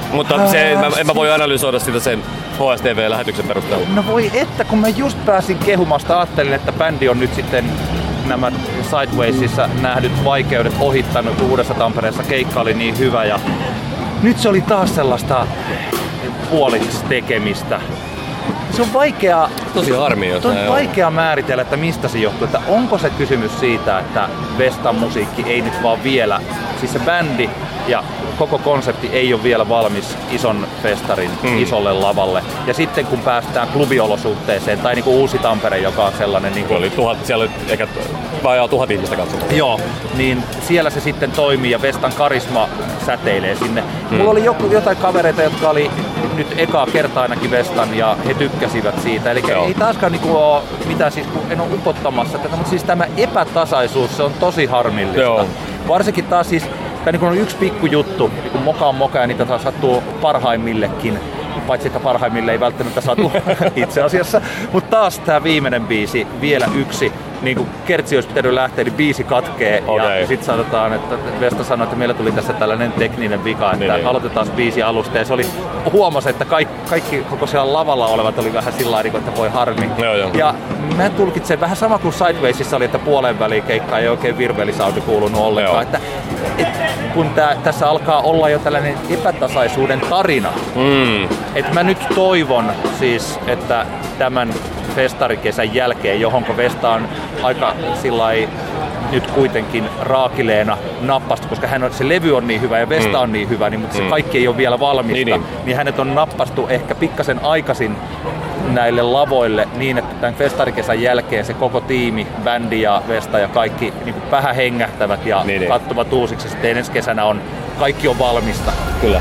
Mutta se, en, mä, en mä voi analysoida sitä sen H S T V-lähetyksen perusteella. No voi että, kun mä just pääsin kehumasta, ajattelin, että bändi on nyt sitten nämä Sidewaysissa nähdyt vaikeudet ohittanut, kun Uudessa Tampereessa keikka oli niin hyvä. Ja nyt se oli taas sellaista puoliksi tekemistä. Se on vaikea, tosi harmi, jos on vaikea määritellä, että mistä se johtuu. Että onko se kysymys siitä, että Vestan musiikki ei nyt vaan vielä, siis se bändi ja koko konsepti ei ole vielä valmis ison festarin mm. isolle lavalle. Ja sitten kun päästään klubiolosuhteeseen, tai niinku Uusi Tampere, joka on sellainen... Niinku, oli tuhat, siellä oli ehkä vajaa tuhat ihmistä katsomaan. Joo, niin siellä se sitten toimii ja Vestan karisma säteilee sinne. Mm. Mulla oli joku, jotain kavereita, jotka oli nyt ekaa kertaa ainakin Vestan ja he tykkäsivät siitä. Eli ei taaskaan niinku ole mitään, siis kun en ole upottamassa tätä, mutta siis tämä epätasaisuus, se on tosi harmillista. Joo. Varsinkin taas siis, tämä niin on yksi pikku juttu, niin moka on moka ja niitä taas sattuu parhaimmillekin. Paitsi että parhaimmille ei välttämättä satu itse asiassa. Mutta taas tämä viimeinen biisi, vielä yksi. Niin kuin kertsi olisi pitänyt lähteä, niin biisi katkee. Okay. Ja sitten sanotaan, että Vesta sanoi, että meillä tuli tässä tällainen tekninen vika, että niin, aloitetaan biisi alusta. Ja se oli, huomasi, että kaikki, kaikki koko siellä lavalla olevat oli vähän sillä tavalla, että voi harmi. Joo, joo. Ja mä tulkitsen vähän sama kuin Sidewaysissa oli, että puolen väliin keikkaa ei oikein virvelisaundi kuulunut ollenkaan. Että, et, kun tää, tässä alkaa olla jo tällainen epätasaisuuden tarina. Mm. Et mä nyt toivon siis, että tämän festarikesän jälkeen, johonko Vesta on aika sillai nyt kuitenkin raakileena nappastu, koska hän on, se levy on niin hyvä ja Vesta mm. on niin hyvä, niin, mutta se mm. kaikki ei ole vielä valmista, niin, niin. niin hänet on nappastu ehkä pikkasen aikaisin näille lavoille niin, että tämän festarikesän jälkeen se koko tiimi, bändi ja Vesta ja kaikki niin kuin vähän hengähtävät ja niin, katsovat uusiksi, sitten ensi kesänä on, kaikki on valmista. Kyllä.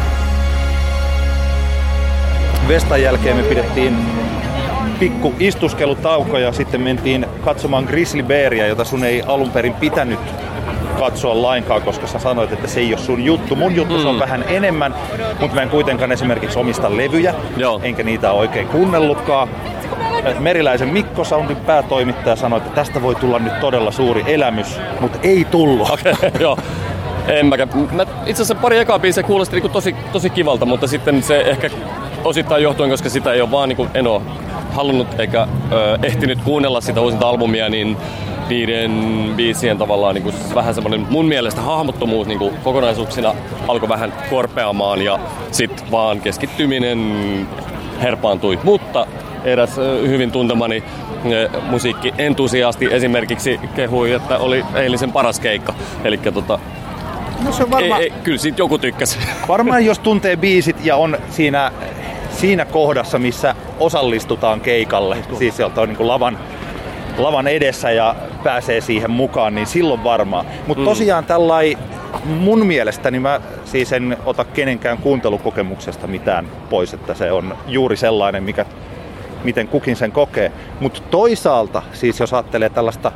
Vestan jälkeen me pidettiin pikku istuskelutauko ja sitten mentiin katsomaan Grizzly Bearia, jota sun ei alun perin pitänyt katsoa lainkaan, koska sä sanoit, että se ei ole sun juttu. Mun juttu mm. se on vähän enemmän, mutta mä en kuitenkaan esimerkiksi omista levyjä, Joo. enkä niitä ole oikein kuunnellutkaan. Meriläisen Mikko, Soundin päätoimittaja, sanoi, että tästä voi tulla nyt todella suuri elämys, mutta ei tullut. Okay, joo. En mäkään. Mä, itse asiassa pari ekaa biisiä kuulosti niin tosi, tosi kivalta, mutta sitten se ehkä osittain johtuen, koska sitä ei ole vaan niin kuin, en ole halunnut eikä ö, ehtinyt kuunnella sitä uusinta albumia, niin niiden biisien tavallaan niin kuin, vähän semmoinen mun mielestä hahmottomuus niin kuin, kokonaisuuksina alkoi vähän korpeamaan ja sit vaan keskittyminen herpaantui. Mutta eräs ö, hyvin tuntemani ö, musiikkientusiasti esimerkiksi kehui, että oli eilisen paras keikka. Elikkä tota no se on varma... ei, ei, kyllä siitä joku tykkäsi. Varmaan jos tuntee biisit ja on siinä, siinä kohdassa, missä osallistutaan keikalle, siis sieltä on niin kuin lavan, lavan edessä ja pääsee siihen mukaan, niin silloin varmaan. Mutta mm. tosiaan tällai, mun mielestäni mä siis en ota kenenkään kuuntelukokemuksesta mitään pois, että se on juuri sellainen, mikä, miten kukin sen kokee. Mutta toisaalta, siis jos ajattelee tällaista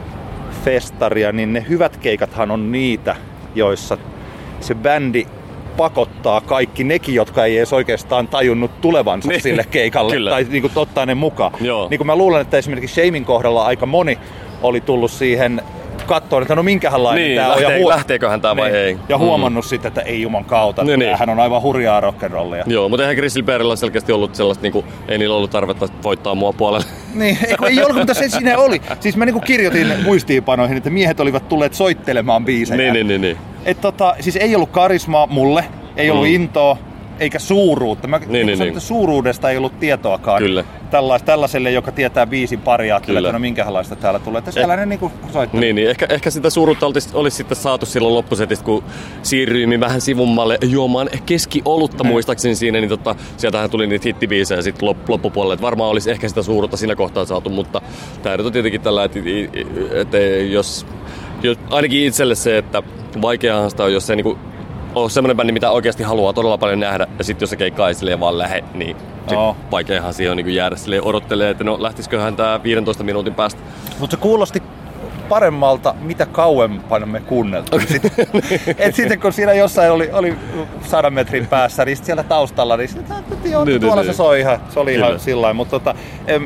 festaria, niin ne hyvät keikathan on niitä, joissa se bändi pakottaa kaikki nekin, jotka ei edes oikeastaan tajunnut tulevansa niin, sille keikalle kyllä. tai niin kuin, ottaa ne mukaan. Niin kuin mä luulen, että esimerkiksi Shamin kohdalla aika moni oli tullut siihen katsoa, että no minkähänlainen niin, tää lähtee, on. Ja huo- lähteeköhän tää vai niin, ei. Ja huomannut mm. sitten, että ei juman kautta. Niin, niin. Hän on aivan hurjaa rock'n'rollia. Joo, mutta eihän Grizzly Bearilla selkeästi ollut sellaista, niin kuin, ei niillä ollut tarvetta voittaa mua puolelle. Niin, ei, ei ollut, mutta se siinä oli. Siis mä niin kuin kirjoitin muistiinpanoihin, että miehet olivat tulleet soittelemaan biisejä. Niin, niin, niin. niin. Et tota, siis ei ollut karismaa mulle, ei ollut mm. intoa, eikä suuruutta. Mä niin, niin, niin. suuruudesta ei ollut tietoakaan. Kyllä. Tällais, tällaiselle, joka tietää biisin paria, että no minkälaista täällä tulee. Että sellainen eh, niin kuin soittelu. Niin, niin. Ehkä, ehkä sitä suuruutta olisi, olisi sitten saatu silloin loppusetistä, kun siirryimme vähän sivummalle juomaan keskiolutta mm. muistaakseni siinä, niin tota, sieltähän tuli niitä hittibiisejä sitten loppupuolelle. Että varmaan olisi ehkä sitä suuruutta siinä kohtaa saatu, mutta tämä on tietenkin tällä, että, että jos, jos ainakin itselle se, että vaikeahan sitä on, jos se niinku on semmoinen bändi, mitä oikeasti haluaa todella paljon nähdä, ja sitten jos se keikkaa ei silleen vaan lähe, niin oh. vaikeahan siihen on niin jäädä silleen odottelee, että no lähtisiköhän tää viidentoista minuutin päästä. Mutta se kuulosti paremmalta, mitä kauempana me kuunneltiin. Sitten, et sitten kun siinä jossain oli, oli sadan metrin päässä, niin siellä taustalla, niin sitten, joo, niin, tuolla niin, se soi ihan, se oli kyllä. ihan sillain. Mutta tota,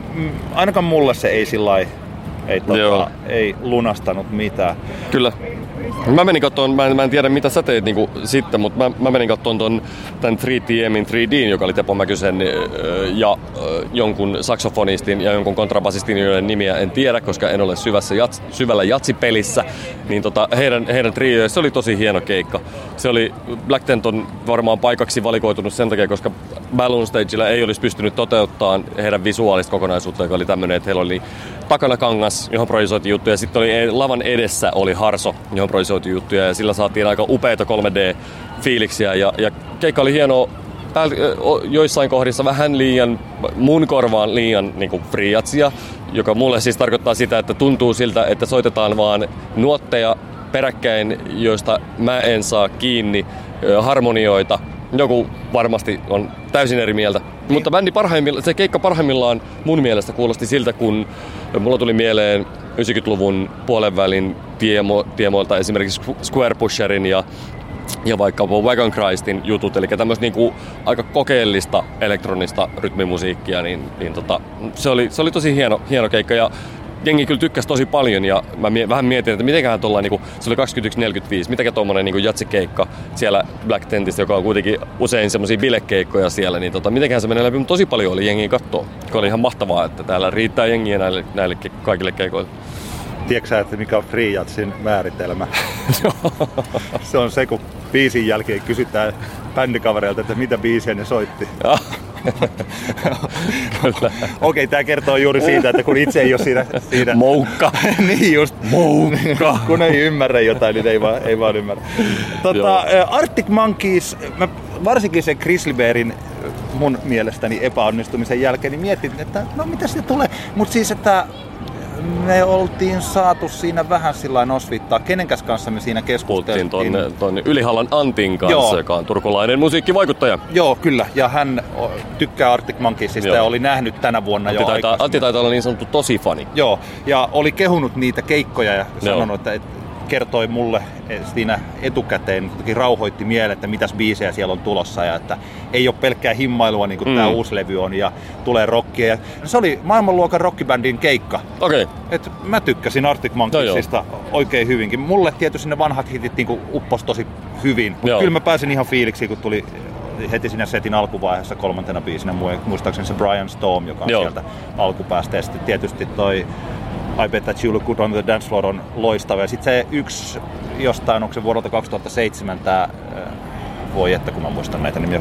ainakaan mulle se ei sillain, ei, tota, ei lunastanut mitään. Kyllä. Mä menin katsomaan, mä en, mä en tiedä mitä sä teit niinku sitten, mutta mä, mä menin katsomaan ton tän kolme T M:in kolme D:n, joka oli Teppo Mäkysen ja jonkun saksofonistin ja jonkun kontrabasistin, joiden nimiä en tiedä, koska en ole syvässä jats, syvällä jatsipelissä, niin tota, heidän, heidän trio, se oli tosi hieno keikka. Se oli, Black Tent on varmaan paikaksi valikoitunut sen takia, koska Balloon Stagella ei olisi pystynyt toteuttamaan heidän visuaalista kokonaisuutta, joka oli tämmöinen, että heillä oli takana kangas, johon projisoitiin juttuja, ja sitten oli lavan edessä oli harso, johon projisoitiin juttuja, ja sillä saatiin aika upeita kolme D-fiiliksiä, ja, ja keikka oli hienoa joissain kohdissa vähän liian, mun korvaan liian niin kuin free jatsia, joka mulle siis tarkoittaa sitä, että tuntuu siltä, että soitetaan vaan nuotteja peräkkäin, joista mä en saa kiinni harmonioita. Joku varmasti on täysin eri mieltä. Niin. Mutta bändi parhaimmillaan, se keikka parhaimmillaan mun mielestä kuulosti siltä, kun mulla tuli mieleen yhdeksänkymmentäluvun puolenvälin tiemo, tiemoilta esimerkiksi Square Pusherin ja, ja vaikkapa Wagon Christin jutut, eli tämmöistä niinku aika kokeellista elektronista rytmimusiikkia, niin, niin tota, se, oli, se oli tosi hieno, hieno keikka. Ja jengi kyllä tykkäsi tosi paljon ja mä mie- vähän mietin, että mitenköhän tuolla, niinku, se oli kaksikymmentäyksi neljäkymmentäviisi, mitenkä tuommoinen niinku jatsikeikka siellä Black Tentistä, joka on kuitenkin usein semmosia bilekeikkoja siellä, niin tota, mitenköhän se menee läpi, mutta tosi paljon oli jengiä kattoo. Oli ihan mahtavaa, että täällä riittää jengiä näille, näille kaikille keikoille. Tiedätkö sä, että mikä on free jatsin määritelmä? Se on se, kun biisin jälkeen kysytään bändikavereilta, että mitä biisiä ne soitti. Okei, okay, tää kertoo juuri siitä, että kun itse ei ole siinä... siinä... Moukka! Niin just. Moukka! Kun ei ymmärrä jotain, niin ei vaan, ei vaan ymmärrä. Tota, Arctic Monkeys, mä varsinkin sen Grizzlybearin mun mielestäni epäonnistumisen jälkeen, niin mietin, että no mitä siitä tulee. Mut siis, että me oltiin saatu siinä vähän sillain osvittaa. Kenenkäs kanssa me siinä keskusteltiin? Puhuttiin tuonne Ylihallan Antin kanssa, Joo. joka on turkulainen musiikkivaikuttaja. Joo, kyllä. Ja hän tykkää Arctic Monkeysista ja oli nähnyt tänä vuonna Antti jo taitaa, aikaisemmin. Antti taitaa olla niin sanottu tosifani. Joo, ja oli kehunut niitä keikkoja ja Joo. sanonut, että, että kertoi mulle siinä etukäteen, rauhoitti mieleen, että mitäs biisejä siellä on tulossa ja että ei ole pelkkää himmailua niin kuin mm. tämä uusi levy on ja tulee rockia. Ja se oli maailmanluokan rockibändin keikka. Okei. Okay. Et mä tykkäsin Arctic Monkeysista no oikein hyvinkin. Mulle tietysti ne vanhat hitit niin kuin uppos tosi hyvin. Kyllä mä pääsin ihan fiiliksiin, kun tuli heti siinä setin alkuvaiheessa kolmantena biisinä muistaakseni se Brian Storm, joka on Joo. sieltä alkupäästä. Ja sitten tietysti toi I Bet That You Look Good on the Dance Floor on loistava. Ja sitten se yksi jostain, onko se vuodelta kaksituhattaseitsemän tää, voi että kun mä muistan näitä nimiä,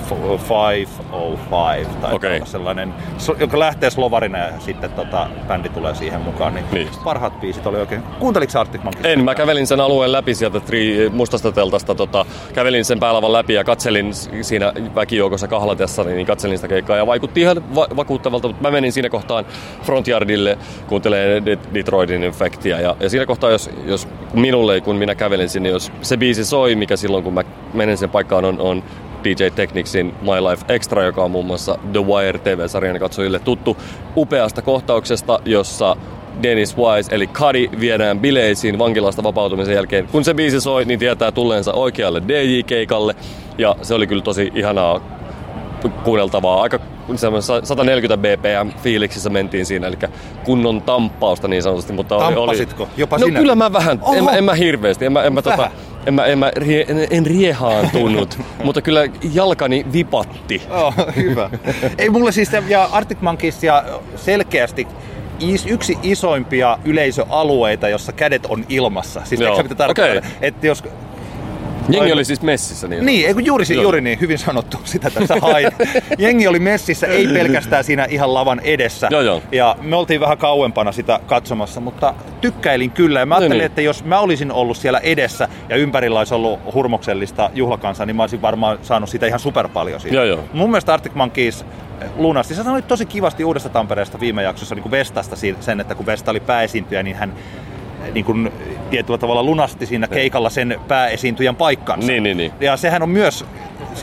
viisi nolla viisi tai okay. sellainen, joka lähtee slovarina ja sitten tota, bändi tulee siihen mukaan. Niin niin. Parhaat biisit oli oikein. Kuunteliko Arctic Monkeys? En, mä kävelin sen alueen läpi sieltä tri, mustasta teltasta, tota, kävelin sen päälavan läpi ja katselin siinä väkijoukossa kahlatessa, niin katselin sitä keikkaa ja vaikutti ihan va- vakuuttavalta, mutta mä menin siinä kohtaan Frontyardille, kuuntelee Detroitin Infectia ja, ja siinä kohtaa, jos, jos minulle, kun minä kävelin sinne, jos se biisi soi, mikä silloin kun mä menen sen paikkaan on, on D J Technicsin My Life Extra, joka on muun muassa The Wire T V-sarjan katsojille tuttu upeasta kohtauksesta, jossa Dennis Wise eli Cuddy viedään bileisiin vankilasta vapautumisen jälkeen. Kun se biisi soi, niin tietää tulleensa oikealle D J-keikalle ja se oli kyllä tosi ihanaa kuunneltavaa. Aika sata neljäkymmentä B P M fiiliksissä mentiin siinä, eli kunnon tamppausta niin sanotusti. Mutta Tamppasitko? Oli... Jopa no sinä? Kyllä mä vähän, en, en mä hirveästi, en mä, en mä, tota, en mä, en mä rie, en, en riehaantunut, mutta kyllä jalkani vipatti. Oh, hyvä. Ei mulle siis, ja Arctic Monkeys ja selkeästi is, yksi isoimpia yleisöalueita, jossa kädet on ilmassa. Siis tiedätkö mitä tarkoittaa? Okay. Että jos Jengi oli siis messissä niin. Niin, ei kun juuri, juuri niin, hyvin sanottu, sitä tässä hain. Jengi oli messissä, ei pelkästään siinä ihan lavan edessä. Joo, joo. Ja me oltiin vähän kauempana sitä katsomassa, mutta tykkäilin kyllä. Ja mä ajattelin, niin. että jos mä olisin ollut siellä edessä ja ympärillä olisi ollut hurmoksellista juhlakansaa, niin mä olisin varmaan saanut sitä ihan super paljon siitä. Joo, joo. Mun mielestä Arctic Monkeys lunasti. Sä sanoit tosi kivasti Uudesta Tampereesta viime jaksossa niin kuin Vestasta sen, että kun Vesta oli pääesiintyjä, niin hän niin kuin tietyllä tavalla lunasti siinä keikalla sen pääesiintyjän paikkansa. Niin, niin, niin. Ja sehän on myös siis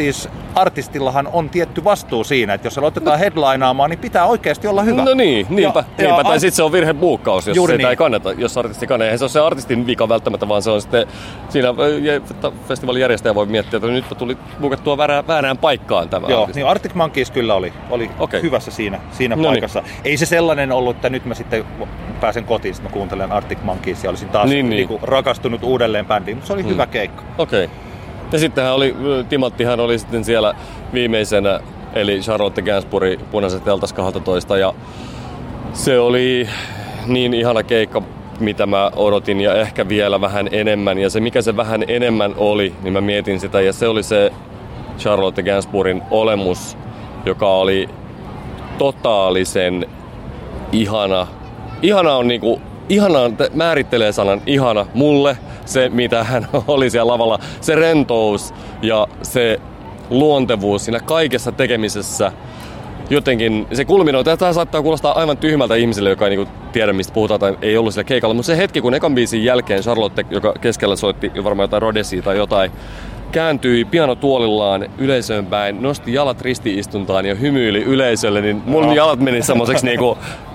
artistillahan on tietty vastuu siinä, että jos se otetaan headlinaamaan, niin pitää oikeasti olla hyvä. No niin, niinpä. Ja, niinpä. Ja, tai sitten se on virhebuukkaus, jos sitä niin. ei kannata, jos artisti kannata. Eihän se ole se artistin vika välttämättä, vaan se on sitten siinä festivaalin järjestäjä voi miettiä, että nyt tuli buukattua väärään, väärään paikkaan tämä. Joo, artisti. niin Arctic Monkeys kyllä oli, oli okay. hyvässä siinä, siinä no paikassa. Niin. Ei se sellainen ollut, että nyt mä sitten pääsen kotiin, sitten mä kuuntelen Arctic Monkeys ja olisin taas niin, niin. Niin rakastunut uudelleen bändiin, mutta se oli hmm. hyvä keikka. Okei. Okay. Ja sittenhän oli, Timanttihan oli sitten siellä viimeisenä, eli Charlotte Gainsbourg Punaiset teltas kaksitoista, ja se oli niin ihana keikka, mitä mä odotin, ja ehkä vielä vähän enemmän. Ja se, mikä se vähän enemmän oli, niin mä mietin sitä, ja se oli se Charlotte Gainsbourgin olemus, joka oli totaalisen ihana. Ihana on niinku, ihana määrittelee sanan ihana mulle. Se, mitä hän oli siellä lavalla, se rentous ja se luontevuus siinä kaikessa tekemisessä. Jotenkin se kulminoi. Tämä saattaa kuulostaa aivan tyhmältä ihmiselle, joka ei niinku tiedä, mistä puhutaan tai ei ollut siellä keikalla. Mutta se hetki, kun ekan biisin jälkeen Charlotte, joka keskellä soitti varmaan jotain Rhodesia tai jotain, kääntyi pianotuolillaan yleisöön päin, nosti jalat risti-istuntaan ja hymyili yleisölle, niin mun no. jalat meni semmoiseksi niinku,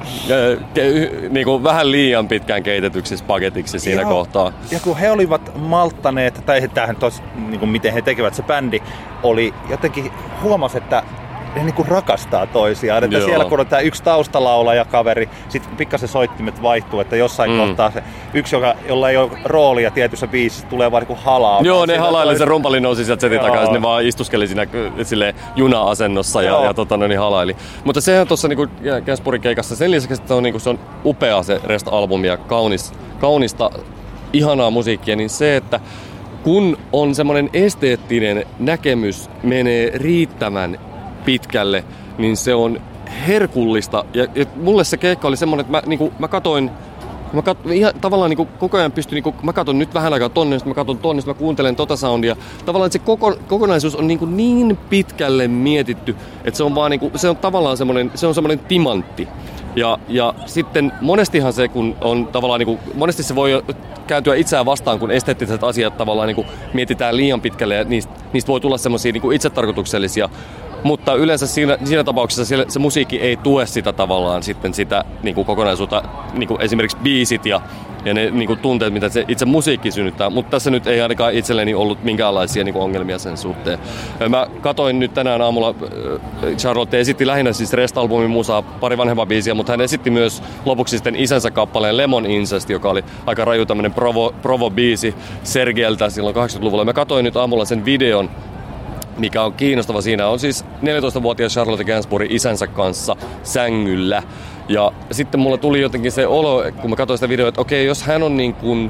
äh, niinku vähän liian pitkään keitetyksi spagetiksi siinä Joo. kohtaa. Ja kun he olivat malttaneet, tai tämähän tos, niinku miten he tekevät, se bändi oli jotenkin, huomasi, että ne niinku rakastaa toisiaan. Että Joo. siellä kun on tää yksi taustalaulaja kaveri, sitten pikkasen soittimet vaihtuu, että jossain mm. kohtaa se yksi, joka, jolla ei ole roolia tietyssä biisissä, tulee vaan niinku halaa. Joo, ne halaili, tois... se rumpali nousi sieltä setin takaisin, ne vaan istuskeli siinä sille juna-asennossa ja, ja tota, no, niin halaili. Mutta sehän tuossa niinku Gainsbourgin keikassa, sen lisäksi, että on, niinku, se on upea se Rest-albumi ja kaunis, kaunista, ihanaa musiikkia, niin se, että kun on semmoinen esteettinen näkemys menee riittävän pitkälle, niin se on herkullista. Ja, ja mulle se keikka oli semmoinen, että mä, niinku, mä katoin, mä kat, ihan, tavallaan niinku, koko ajan pystyn, niinku, mä katon nyt vähän aikaa tonne, sitten mä katon tonne, sitten mä kuuntelen tota soundia. Tavallaan se koko, kokonaisuus on niinku niin pitkälle mietitty, että se on vaan niinku, se on tavallaan semmoinen, se on semmoinen timantti. Ja, ja sitten monestihan se, kun on tavallaan niinku, monesti se voi kääntyä itseään vastaan, kun esteettiset asiat tavallaan niinku mietitään liian pitkälle ja niistä, niistä voi tulla semmoisia niinku itsetarkoituksellisia. Mutta yleensä siinä, siinä tapauksessa se, se musiikki ei tue sitä tavallaan sitten sitä niin kuin kokonaisuutta, niin kuin esimerkiksi biisit ja, ja ne niin kuin tunteet, mitä se itse musiikki synnyttää. Mutta tässä nyt ei ainakaan itselleni ollut minkäänlaisia niin kuin ongelmia sen suhteen. Mä katoin nyt tänään aamulla, Charlotte esitti lähinnä siis Rest-albumin musaa, pari vanhempaa biisiä, mutta hän esitti myös lopuksi sitten isänsä kappaleen Lemon Incest, joka oli aika raju tämmöinen provo, provo-biisi Sergeltä silloin kahdeksankymmentäluvulla. Mä katoin nyt aamulla sen videon, mikä on kiinnostava siinä, on siis neljätoistavuotias Charlotte Gainsbourg isänsä kanssa sängyllä. Ja sitten mulla tuli jotenkin se olo, kun mä katsoin sitä videoa, että okei, jos hän on niin kuin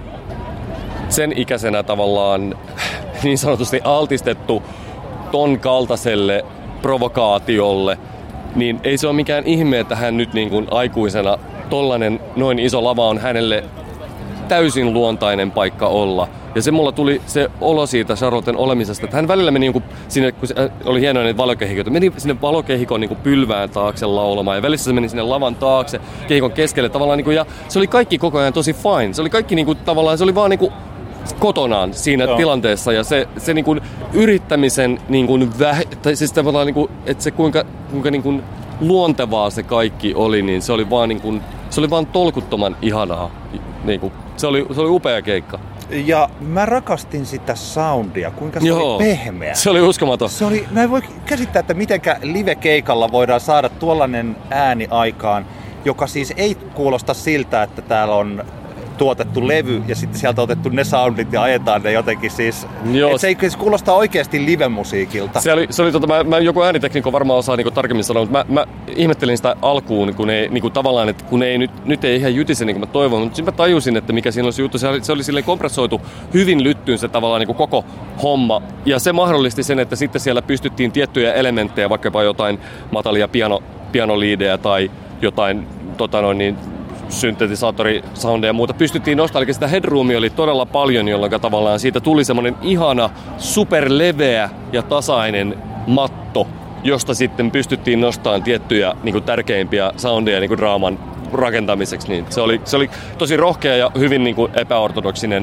sen ikäisenä tavallaan niin sanotusti altistettu ton kaltaiselle provokaatiolle, niin ei se ole mikään ihme, että hän nyt niin kuin aikuisena tollanen noin iso lava on hänelle täysin luontainen paikka olla. Ja se mulla tuli se olo siitä Charlotten olemisesta, että hän välillä meni joku, sinne, kun se oli hienoa niitä valokehikoita, meni sinne valokehikon niin pylvään taakse laulamaan ja välissä se meni sinne lavan taakse, kehikon keskelle tavallaan, niin kuin, ja se oli kaikki koko ajan tosi fine. Se oli kaikki niin kuin, tavallaan, se oli vaan niin kuin kotonaan siinä Joo. tilanteessa ja se, se niin kuin yrittämisen niin kuin väh- tai siis tavallaan, niin kuin, että se kuinka, kuinka niin kuin luontevaa se kaikki oli, niin se oli vaan, niin kuin, se oli vaan tolkuttoman ihanaa. Niin kuin, se, oli, se oli upea keikka. Ja mä rakastin sitä soundia, kuinka se Joo, oli pehmeä. Se oli uskomaton. Se oli, mä en voi käsittää, että mitenkä live-keikalla voidaan saada tuollainen ääni aikaan, joka siis ei kuulosta siltä, että täällä on tuotettu levy ja sitten sieltä otettu ne soundit ja ajetaan ne jotenkin siis. Joo. Se ei se kuulostaa oikeasti live-musiikilta. Se oli, se oli tota, mä, mä joku äänitekniikko varmaan osaa niinku tarkemmin sanoa, mutta mä, mä ihmettelin sitä alkuun, kun ei niinku tavallaan, että kun ei nyt, nyt ei ihan jytise niin kuin mä toivon, mutta sitten mä tajusin, että mikä siinä oli se juttu. Se oli, se oli silleen kompressoitu hyvin lyttyyn se tavallaan niinku koko homma ja se mahdollisti sen, että sitten siellä pystyttiin tiettyjä elementtejä, vaikkapa jotain matalia piano, pianoliidejä tai jotain tota noin niin syntetisaattorisoundeja ja muuta pystyttiin nostamaan, eli sitä headroomia oli todella paljon, jolloin tavallaan siitä tuli semmoinen ihana, superleveä ja tasainen matto, josta sitten pystyttiin nostamaan tiettyjä niin kuin tärkeimpiä soundeja niin kuin draaman rakentamiseksi. Niin se, oli, se oli tosi rohkea ja hyvin niin kuin epäortodoksinen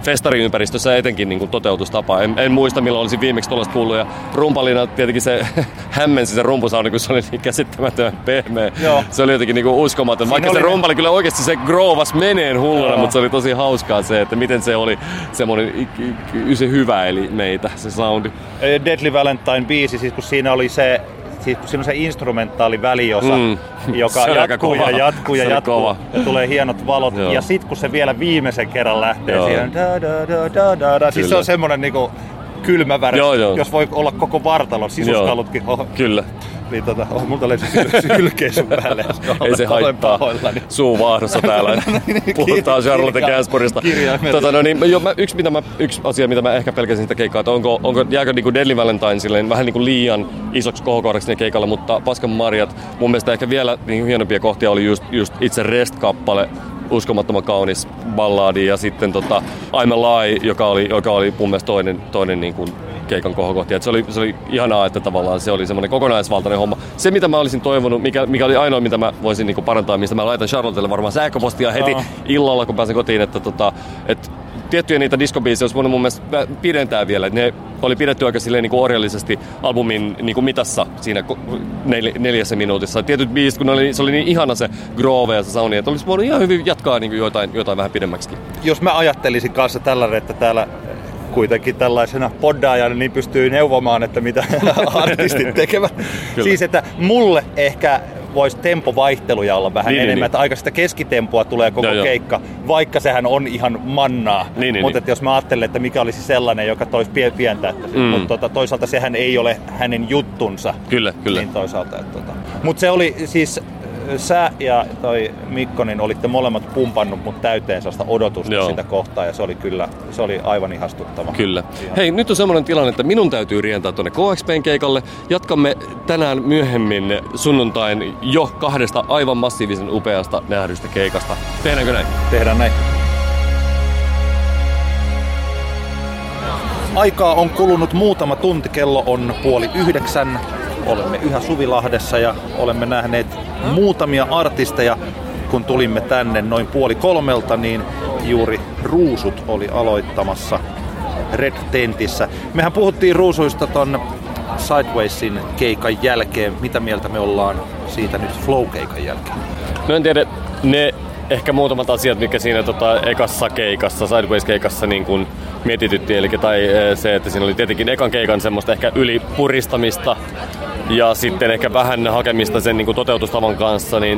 festariympäristössä etenkin niin kuin toteutustapa. En, en muista milloin olisin viimeksi tuollaista kuullut. Ja rumpalina tietenkin se hämmensi se rumpusauni, kun se oli niin käsittämätön pehmeä. Joo. Se oli jotenkin niin kuin uskomaton. Vaikka oli... se rumpali kyllä oikeasti se groovas meneen hulluna, Joo. mutta se oli tosi hauskaa se, että miten se oli semmoinen se hyvä eli meitä, se soundi. Deadly Valentine-biisi, siis kun siinä oli se Siis kun siinä on se instrumentaali väliosa, mm. joka jatkuu ja jatkuu ja jatkuu ja tulee hienot valot. Joo. Ja sit kun se vielä viimeisen kerran lähtee Joo. siihen da da da da da da. Siis se on semmonen niinku kylmä väri, jos voi olla koko vartalon sisuskalutkin. Oh. Kyllä. Niin tota, oh, multa löysi sylkeä sun päälle. Ei se haittaa. Suu vaahdossa täällä. Puhutaan Charlotte Gainsbourgista. Tota, no niin, jo, mä, yksi, mitä mä, yksi asia, mitä mä ehkä pelkäsin sitä keikkaa, että onko, onko, jääkö niinku Deadly Valentine silleen, vähän niinku liian isoksi kohokohdaksi ne keikalle, mutta Paskan Marjat, mun mielestä ehkä vielä niin hienompia kohtia oli just, just itse Rest-kappale, uskomattoman kaunis balladi ja sitten tota, I'm a Lie, joka oli, joka oli mun mielestä toinen, toinen niin kuin keikan kohokohtia. Se oli, se oli ihanaa, että tavallaan se oli semmoinen kokonaisvaltainen homma. Se, mitä mä olisin toivonut, mikä, mikä oli ainoa, mitä mä voisin niin kuin parantaa, mistä mä laitan Charlottelle varmaan sähköpostia heti no. illalla, kun pääsen kotiin, että tota, et, tiettyjä niitä diskobiisejä olisi voinut mun mielestä pidentää vielä. Ne oli pidetty aika silleen niin kuin orjallisesti albumin niin kuin mitassa siinä nel, neljässä minuutissa. Tietyt biisit, kun oli, se oli niin ihana se groove ja se sound, että olisi voinut ihan hyvin jatkaa niin kuin jotain, jotain vähän pidemmäksikin. Jos mä ajattelisin kanssa tällä, että täällä kuitenkin tällaisena poddaajana niin pystyy neuvomaan, että mitä artistit tekevät. Siis että mulle ehkä voisi tempovaihteluja olla vähän niin, enemmän, niin, että aika sitä keskitempoa tulee koko joo, keikka, joo. vaikka sehän on ihan mannaa. Niin, niin, mutta niin. jos mä ajattelen, että mikä olisi sellainen, joka toisi pientä, mm. mutta tota, toisaalta sehän ei ole hänen juttunsa. Kyllä, kyllä. Niin toisaalta, että, tota. Mutta se oli siis, sä ja toi Mikkonen olitte molemmat pumpannut mut täyteen sellaista odotusta Joo. sitä kohtaa ja se oli kyllä, se oli aivan ihastuttava. Kyllä. Ihan. Hei, nyt on semmoinen tilanne, että minun täytyy rientää tuonne K X P:n keikalle. Jatkamme tänään myöhemmin sunnuntain jo kahdesta aivan massiivisen upeasta nähdystä keikasta. Tehdäänkö näin? Tehdään näin. Aikaa on kulunut muutama tunti, kello on puoli yhdeksän. Olemme yhä Suvilahdessa ja olemme nähneet muutamia artisteja. Kun tulimme tänne noin puoli kolmelta, niin juuri Ruusut oli aloittamassa Red Tentissä. Mehän puhuttiin Ruusuista ton Sidewaysin keikan jälkeen. Mitä mieltä me ollaan siitä nyt Flow-keikan jälkeen? No en tiedä, ne ehkä muutamat asiat, mikä siinä tota, ekassa keikassa, Sideways-keikassa niin kun mietityttiin. Eli tai se, että siinä oli tietenkin ekan keikan semmoista ehkä ylipuristamista ja sitten ehkä vähän hakemista sen niin kuin toteutustavan kanssa, niin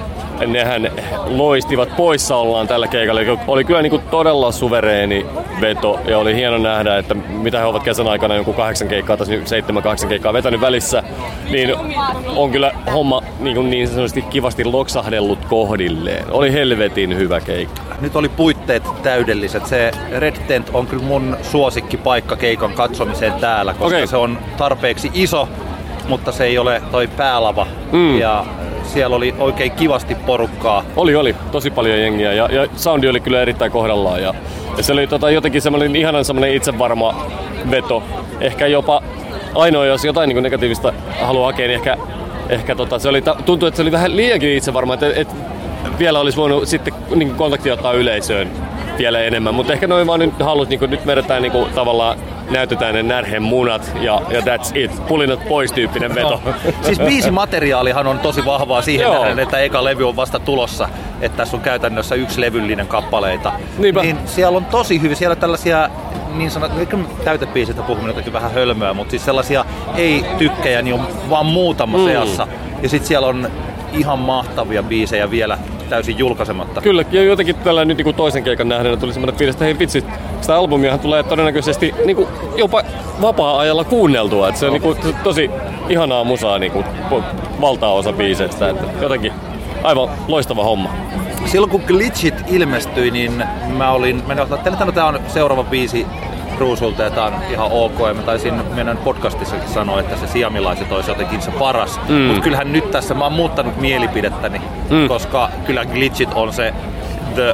nehän loistivat poissaollaan tällä keikalla. Oli kyllä niin kuin todella suvereeni veto ja oli hieno nähdä, että mitä he ovat kesän aikana joku kahdeksan keikkaa tai seitsemän kahdeksan keikkaa vetänyt välissä, niin on kyllä homma niin, kuin niin sanotusti kivasti loksahdellut kohdilleen. Oli helvetin hyvä keikka. Nyt oli puitteet täydelliset. Se Red Tent on kyllä mun suosikkipaikka keikan katsomiseen täällä, koska okay. se on tarpeeksi iso, mutta se ei ole toi päälava. Mm. Ja siellä oli oikein kivasti porukkaa. Oli, oli. Tosi paljon jengiä ja, ja soundi oli kyllä erittäin kohdallaan. Ja, ja se oli tota, jotenkin semmoinen ihanan semmoinen itsevarma veto. Ehkä jopa ainoa, jos jotain niin kuin negatiivista haluaa hakea, niin ehkä, ehkä tota, se oli, tuntui, että se oli vähän liiankin itsevarma. Että, että vielä olisi voinut sitten niin kontakti ottaa yleisöön vielä enemmän. Mutta ehkä noin vaan nyt halut, niin nyt vedetään niin kuin, tavallaan näytetään ne närhen munat ja, ja that's it. Pulinat pois -tyyppinen veto. No. Siis biisimateriaalihan on tosi vahvaa siihen nähden, että eka levy on vasta tulossa. Että tässä on käytännössä yksi levyllinen kappaleita. Niinpä. Niin siellä on tosi hyvin. Siellä on tällaisia niin sanottu, eikä täytebiisistä puhuminen jotenkin vähän hölmöä, mutta siis sellaisia ei-tykkejä, niin on vaan muutama mm. seassa. Ja sitten siellä on ihan mahtavia biisejä vielä täysin julkaisematta. Kyllä, ja jotenkin tällä nyt niin toisen keikan nähden tuli semmoinen fiilis, että hei vitsi, sitä albumiahan tulee todennäköisesti niin kuin jopa vapaa-ajalla kuunneltua. Että se on niin kuin tosi ihanaa musaa niin kuin valtaosa biiseistä. Että jotenkin aivan loistava homma. Silloin kun Glitchit ilmestyi, niin mä olin, mä ajattelin, että tämä on seuraava biisi Ruusulta ja tää on ihan ok. Ja mä taisin meidän podcastissakin sanoa, että se Siamilaiset olisi jotenkin se paras. Mm. Mutta kyllähän nyt tässä mä oon muuttanut mielipidettäni, mm. koska kyllä Glitchit on se the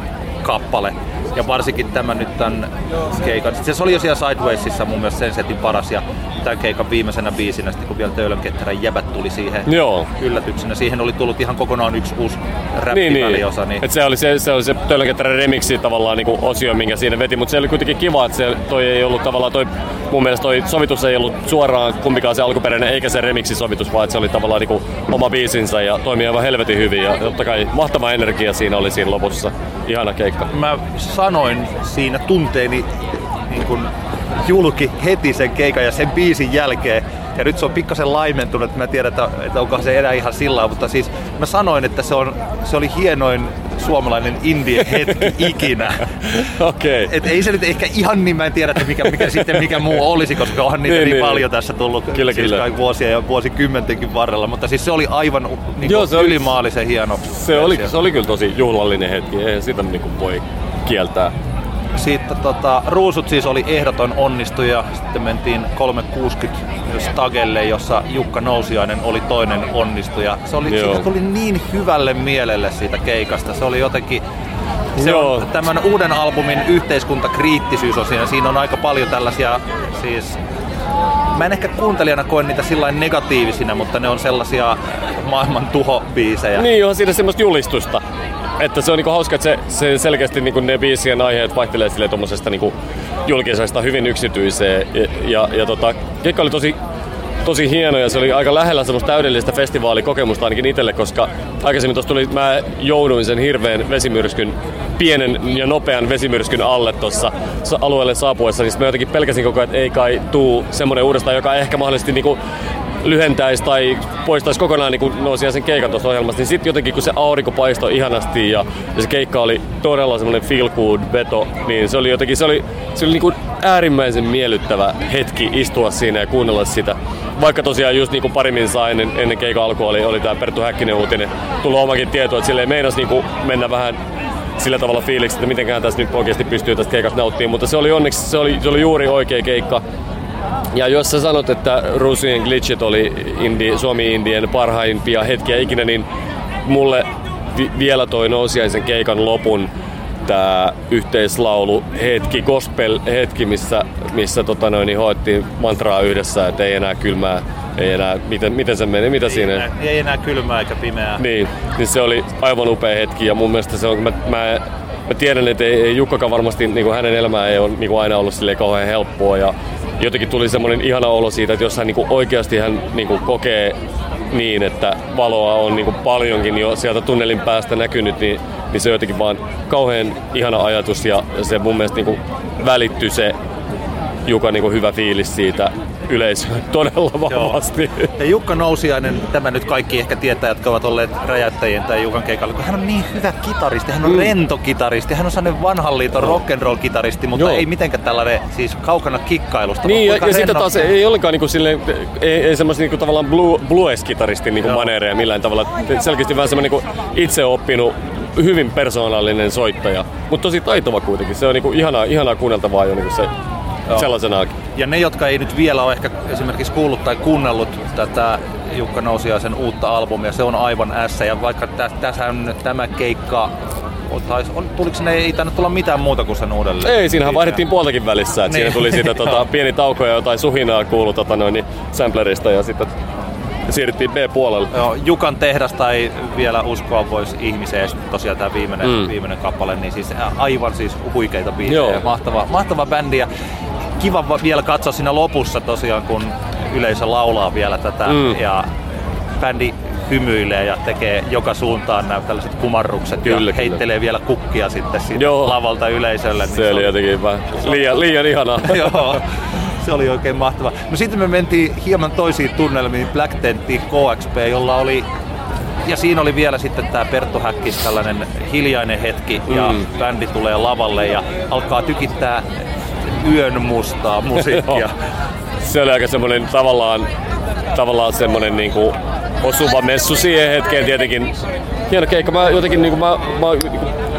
kappale. Ja varsinkin tämä nyt tämän keikan. Se oli jo siellä Sidewaysissa mun mielestä sen setin paras ja tämän keikan viimeisenä biisinä, kun vielä Töölönketterän jäbät tuli siihen Joo. yllätyksenä. Siihen oli tullut ihan kokonaan yksi uusi räppiväliosa. Niin, niin. Et se oli se, se, oli se Töölönketterän remixi tavallaan niinku osio, minkä siinä veti, mutta se oli kuitenkin kiva, että se, toi ei ollut tavallaan toi, mun mielestä toi sovitus ei ollut suoraan kumpikaan se alkuperäinen eikä se remixi-sovitus, vaan että se oli tavallaan niinku oma biisinsä ja toimii aivan helvetin hyvin ja totta kai mahtava energia siinä oli siinä lopussa. Ihana keikka. Mä sanoin siinä tunteeni niin kun julki heti sen keikan ja sen biisin jälkeen. Ja nyt se on pikkasen laimentunut, että mä en tiedä, että, että onko se enää ihan sillä, mutta siis mä sanoin, että se, on, se oli hienoin suomalainen indie hetki ikinä. Okei. Okay. Et ei se nyt ehkä ihan niin, mä en tiedä, että mikä, mikä sitten mikä muu olisi, koska onhan niitä niin, niin, niin paljon tässä tullut kyllä, siis kyllä. vuosia ja vuosikymmentenkin varrella, mutta siis se oli aivan niin Joo, se ylimaalisen oli, hieno. Se oli, se oli kyllä tosi juhlallinen hetki, ei sitä niin kuin voi kieltää. Sitten tota, Ruusut siis oli ehdoton onnistuja, sitten mentiin kolmesataakuusikymmentä Stagelle, jossa Jukka Nousiainen oli toinen onnistuja. Se oli, siitä tuli niin hyvälle mielelle siitä keikasta, se oli jotenkin... Se on tämän uuden albumin yhteiskuntakriittisyys on siinä, siinä on aika paljon tällaisia siis... Mä en ehkä kuuntelijana koe niitä sillain negatiivisina, mutta ne on sellaisia maailman tuhobiisejä. Niin, onhan siinä semmoista julistusta. Että se on niinku hauska, että se, se selkeästi niinku ne biisien aiheet vaihtelee silleen tommosesta niinku julkisesta hyvin yksityiseen. Ja, ja, ja tota, keikka oli tosi, tosi hieno ja se oli aika lähellä semmoista täydellistä festivaalikokemusta ainakin itselle, koska aikaisemmin tuossa tuli, mä jouduin sen hirveän vesimyrskyn, pienen ja nopean vesimyrskyn alle tuossa alueelle saapuessa, niin mä jotenkin pelkäsin koko ajan, että ei kai tuu semmoinen uudestaan, joka ehkä mahdollisesti niinku lyhentäisi tai poistaisi kokonaan niin Nousiaisen keikan tuosta ohjelmasta, niin sitten jotenkin kun se aurinko paistoi ihanasti ja, ja se keikka oli todella semmoinen feel good veto, niin se oli jotenkin, se oli, se oli niin kuin äärimmäisen miellyttävä hetki istua siinä ja kuunnella sitä. Vaikka tosiaan just niin kuin parimmin saa ennen, ennen keikan alkua oli, oli tämä Perttu Häkkinen uutinen, tullut omakin tieto, että silleen meinas niin kuin mennä vähän sillä tavalla fiiliksi, että mitenkään tässä nyt oikeasti pystyy tästä keikasta nauttimaan, mutta se oli onneksi, se oli, se oli juuri oikea keikka. Ja jos sä sanot, että Ruusujen Glitchit oli indie, Suomi-indien parhaimpia hetkiä ikinä, niin mulle vi- vielä toi Nousiaisen keikan lopun tää yhteislaulu hetki, gospel hetki, missä, missä tota noin, niin hoettiin mantraa yhdessä, että ei enää kylmää, ei enää, miten, miten se meni, mitä ei siinä? Enää, ei enää kylmää eikä pimeää. Niin, niin se oli aivan upea hetki ja mun mielestä se on, mä, mä, mä tiedän, että ei, ei Jukkakaan varmasti, niin kuin hänen elämää ei ole niin kuin aina ollut silleen kauhean helppoa ja jotenkin tuli semmoinen ihana olo siitä, että jos hän niinku oikeasti hän niinku kokee niin, että valoa on niinku paljonkin jo sieltä tunnelin päästä näkynyt, niin, niin se on jotenkin vaan kauhean ihana ajatus ja se mun mielestä niinku välittyy se Jukan niinku hyvä fiilis siitä yleisöön todella vahvasti. Joo. Ja Jukka Nousiainen, tämä nyt kaikki ehkä tietää, jotka ovat olleet Räjäyttäjien tai Jukan keikalla, kun hän on niin hyvä kitaristi, hän on mm. rento kitaristi, hän on sellainen vanhan liiton rock'n'roll-kitaristi, mutta Joo. ei mitenkään tällainen siis kaukana kikkailusta. Niin, ja, ja sitten taas ei ollenkaan niinku silleen, ei, ei semmoista niinku tavallaan blue, blues-kitaristin niinku maneereja millään tavalla. Selkeästi vähän semmoinen niinku itse oppinut, hyvin persoonallinen soittaja, mutta tosi taitava kuitenkin. Se on niinku ihanaa, ihanaa kuunneltavaa jo niinku se sellaisenaakin. Ja ne, jotka ei nyt vielä ole ehkä esimerkiksi kuullut tai kuunnellut tätä Jukka Nousiaisen uutta albumia, se on aivan ässä. Ja vaikka tässä tämä keikka, tuliko sinne, ei tainnut tulla mitään muuta kuin sen uudelleen? Ei, siinähän vaihdettiin puoltakin välissä. Että siinä tuli siitä tota, pieni tauko ja jotain suhinaa kuului tota, noin, samplerista ja sitten siirryttiin B-puolelle. Joo, Jukan tehdasta ei vielä uskoa voisi ihmiseen. Sitten tosiaan tämä viimeinen, mm. viimeinen kappale, niin siis aivan siis huikeita biisejä. Mahtava, mahtava bändi ja kiva vielä katsoa siinä lopussa tosiaan, kun yleisö laulaa vielä tätä mm. ja bändi hymyilee ja tekee joka suuntaan nämä tällaiset kumarrukset kyllä, ja heittelee kyllä. vielä kukkia sitten siitä Joo. lavalta yleisölle. Se niin oli jotenkin vähän liian, liian ihanaa. Joo. Se oli oikein mahtava. No sitten me mentiin hieman toisiin tunnelmiin Black Tentiin K X P, jolla oli, ja siinä oli vielä sitten tää Perttu Häkkis tällainen hiljainen hetki mm. ja bändi tulee lavalle ja alkaa tykittää yön mustaa musiikkia. Se oli aika semmonen tavallaan, tavallaan semmonen niinku osuva messu siihen hetkeen tietenkin. Hieno keikka. Mä jotenkin niinku mä, mä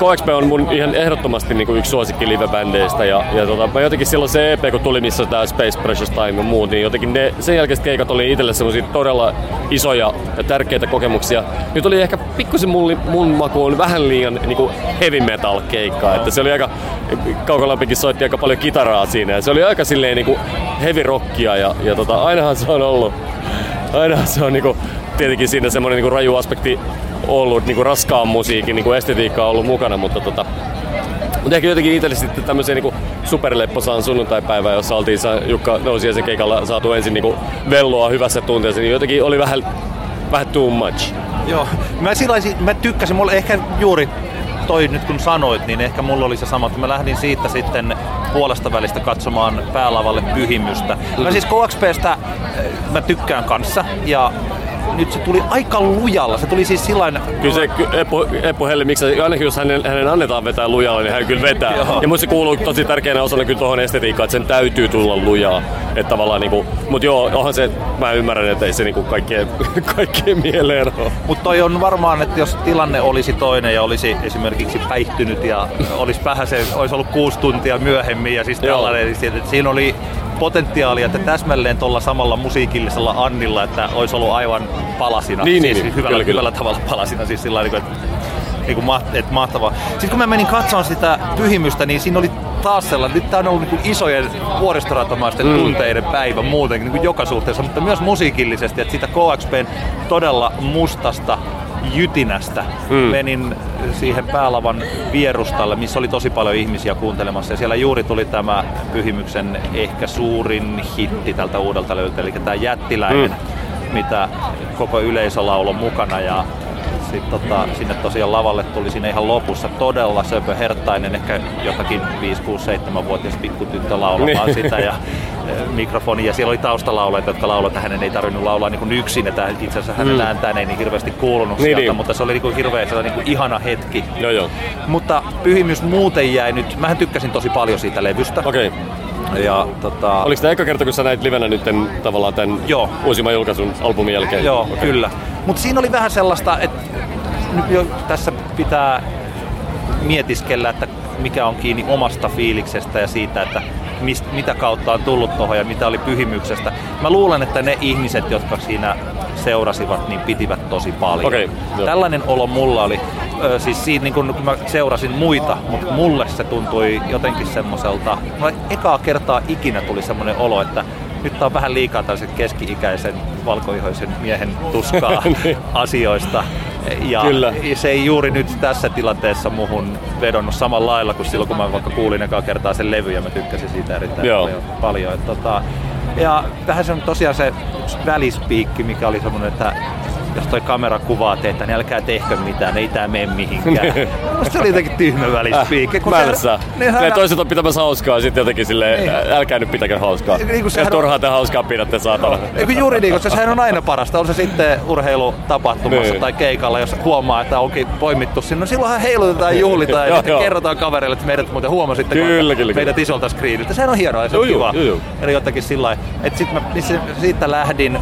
K X P on mun ihan ehdottomasti niinku yksi suosikki live-bändeistä ja, ja tota, mä jotenkin silloin se E P kun tuli, missä tää Space Precious Time ja muut, niin jotenkin ne sen jälkeiset keikat oli itselle semmosia todella isoja ja tärkeitä kokemuksia. Nyt oli ehkä pikkusen mun, mun makuun vähän liian niinku heavy metal keikkaa, että se oli aika, Kaukolampikin soitti aika paljon kitaraa siinä ja se oli aika silleen niinku heavy rockia ja, ja tota, ainahan se on ollut, ainahan se on niinku tietenkin siinä semmoinen niinku raju aspekti ollut, niinku raskaan musiikin niinku estetiikka on ollut mukana, mutta tota, mutta ehkä jotenkin itselle sitten tämmöiseen niinku superlepposaan sunnuntaipäivään, jossa oltiin Jukka Nousiaisen keikalla saatu ensin niinku velloa hyvässä tunteessa, niin jotenkin oli vähän, vähän too much. Joo, mä, silloin, mä tykkäsin, mulla ehkä juuri toi nyt kun sanoit, niin ehkä mulla oli se sama, että mä lähdin siitä sitten puolesta välistä katsomaan päälavalle Pyhimystä. Mm-hmm. Mä siis K X P:stä mä tykkään kanssa ja nyt se tuli aika lujalla. Se tuli siis sillain... Kyllä se Eppu, Eppu Helli, miksi ainakin jos hänen, hänen annetaan vetää lujalla, niin hän kyllä vetää. Joo. Ja musta se kuuluu tosi tärkeänä osana kyllä tuohon estetiikkaan, että sen täytyy tulla lujaa. Että tavallaan niinku, mut joo, onhan se, mä ymmärrän, että ei se niinku kaikkien, kaikkien mieleen ole. Mut toi on varmaan, että jos tilanne olisi toinen ja olisi esimerkiksi päihtynyt ja olisi vähän se, olisi ollut kuusi tuntia myöhemmin ja siis tällainen, että siinä oli potentiaalia, että täsmälleen tuolla samalla musiikillisella Annilla, että olisi ollut aivan palasina, niin, siis niin, hyvällä, kyllä, hyvällä tavalla palasina, siis sillä tavalla, että, niin ma- että mahtavaa. Sitten kun mä menin katsomaan sitä Pyhimystä, niin siinä oli taas sellainen, nyt tää on ollut niin isojen vuoristoratamaisten mm. tunteiden päivä muutenkin niin joka suhteessa, mutta myös musiikillisesti, että sitä K X P:n todella mustasta jytinästä mm. menin siihen päälavan vierustalle, missä oli tosi paljon ihmisiä kuuntelemassa ja siellä juuri tuli tämä Pyhimyksen ehkä suurin hitti tältä uudelta levyltä, eli tämä Jättiläinen, mm. mitä koko yleisö lauloi mukana ja sitten tota, sinne tosiaan lavalle tuli siinä ihan lopussa todella söpö herttainen, ehkä jotakin viisi kuusi seitsemän vuotias pikkutyttö laulamaan niin. sitä ja mikrofoni ja siellä oli taustalaulajat, jotka lauloivat, että hänen ei tarvinnut laulaa niin yksin, että itse asiassa hänen mm. ääntään ei niin hirveästi kuulunut niin, sieltä, niin. mutta se oli niin hirveä niin ihana hetki. Joo, joo. Mutta Pyhimys muuten jäi nyt, mähän tykkäsin tosi paljon siitä levystä. Okay. Ja, tota... Oliko tämä eka kerta, kun sä näit livenä nyt tavallaan tämän Joo. uusimman julkaisun albumin jälkeen? Joo, okay. Kyllä. Mutta siinä oli vähän sellaista, että nyt jo tässä pitää mietiskellä, että mikä on kiinni omasta fiiliksestä ja siitä, että mist, mitä kautta on tullut tuohon ja mitä oli Pyhimyksestä. Mä luulen, että ne ihmiset, jotka siinä seurasivat, niin pitivät tosi paljon. Okay, tällainen olo mulla oli. Ö, siis siitä, niin kun mä seurasin muita, mutta mulle se tuntui jotenkin semmoiselta. No, ekaa kertaa ikinä tuli semmoinen olo, että nyt tää on vähän liikaa tällaisen keski-ikäisen valkoihoisen miehen tuskaa asioista. Ja Kyllä. se ei juuri nyt tässä tilanteessa muhun vedonnut samalla lailla kuin silloin, kun mä vaikka kuulin ekaa kertaa sen levy ja mä tykkäsin siitä erittäin Joo. paljon. paljon. Et, tota, ja vähän se on tosiaan se välispiikki, mikä oli semmoinen, että jos toi kamera kuvaa teitä, niin älkää tehkö mitään, ei tää mene mihinkään. Musta se oli jotenkin tyhmä välispiikki. Äh, Mälsä. Ne toiset on pitämässä hauskaa ja sitten jotenkin silleen, niin. älkää nyt pitäkö hauskaa. Niin, ja turhaa te hauskaa pidätte saatana. No, juuri niin, koska sehän on aina parasta. On se sitten urheilutapahtumassa niin. tai keikalla, jos huomaa, että onkin poimittu sinne. No silloinhan heilutetaan, juhlitaan ja sitten kerrotaan kavereille, että meidät muuten huomasitte kyllä, kyllä, meidät kyllä. isolta screeniltä. Sehän on hienoa ja se on joo, kiva. Joo, joo. Eli jotakin sillä lailla, että sit mä siitä lähdin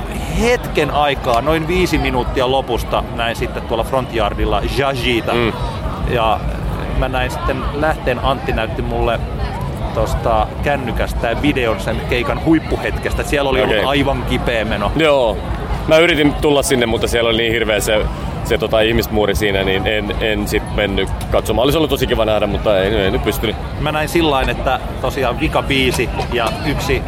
hetken aikaa, noin viisi minuuttia lopusta näin sitten tuolla Frontyardilla Jajita. Mm. Ja mä näin sitten lähteen, Antti näytti mulle tosta kännykästä videon sen keikan huippuhetkestä. Siellä oli okay. ollut aivan kipeä meno. Joo. Mä yritin tulla sinne, mutta siellä oli niin hirveä se, se tota, ihmismuuri siinä, niin en, en sit mennyt katsomaan. Olisi ollut tosi kiva nähdä, mutta ei, ei nyt pystynyt. Mä näin sillain, että tosiaan vika biisi ja yksi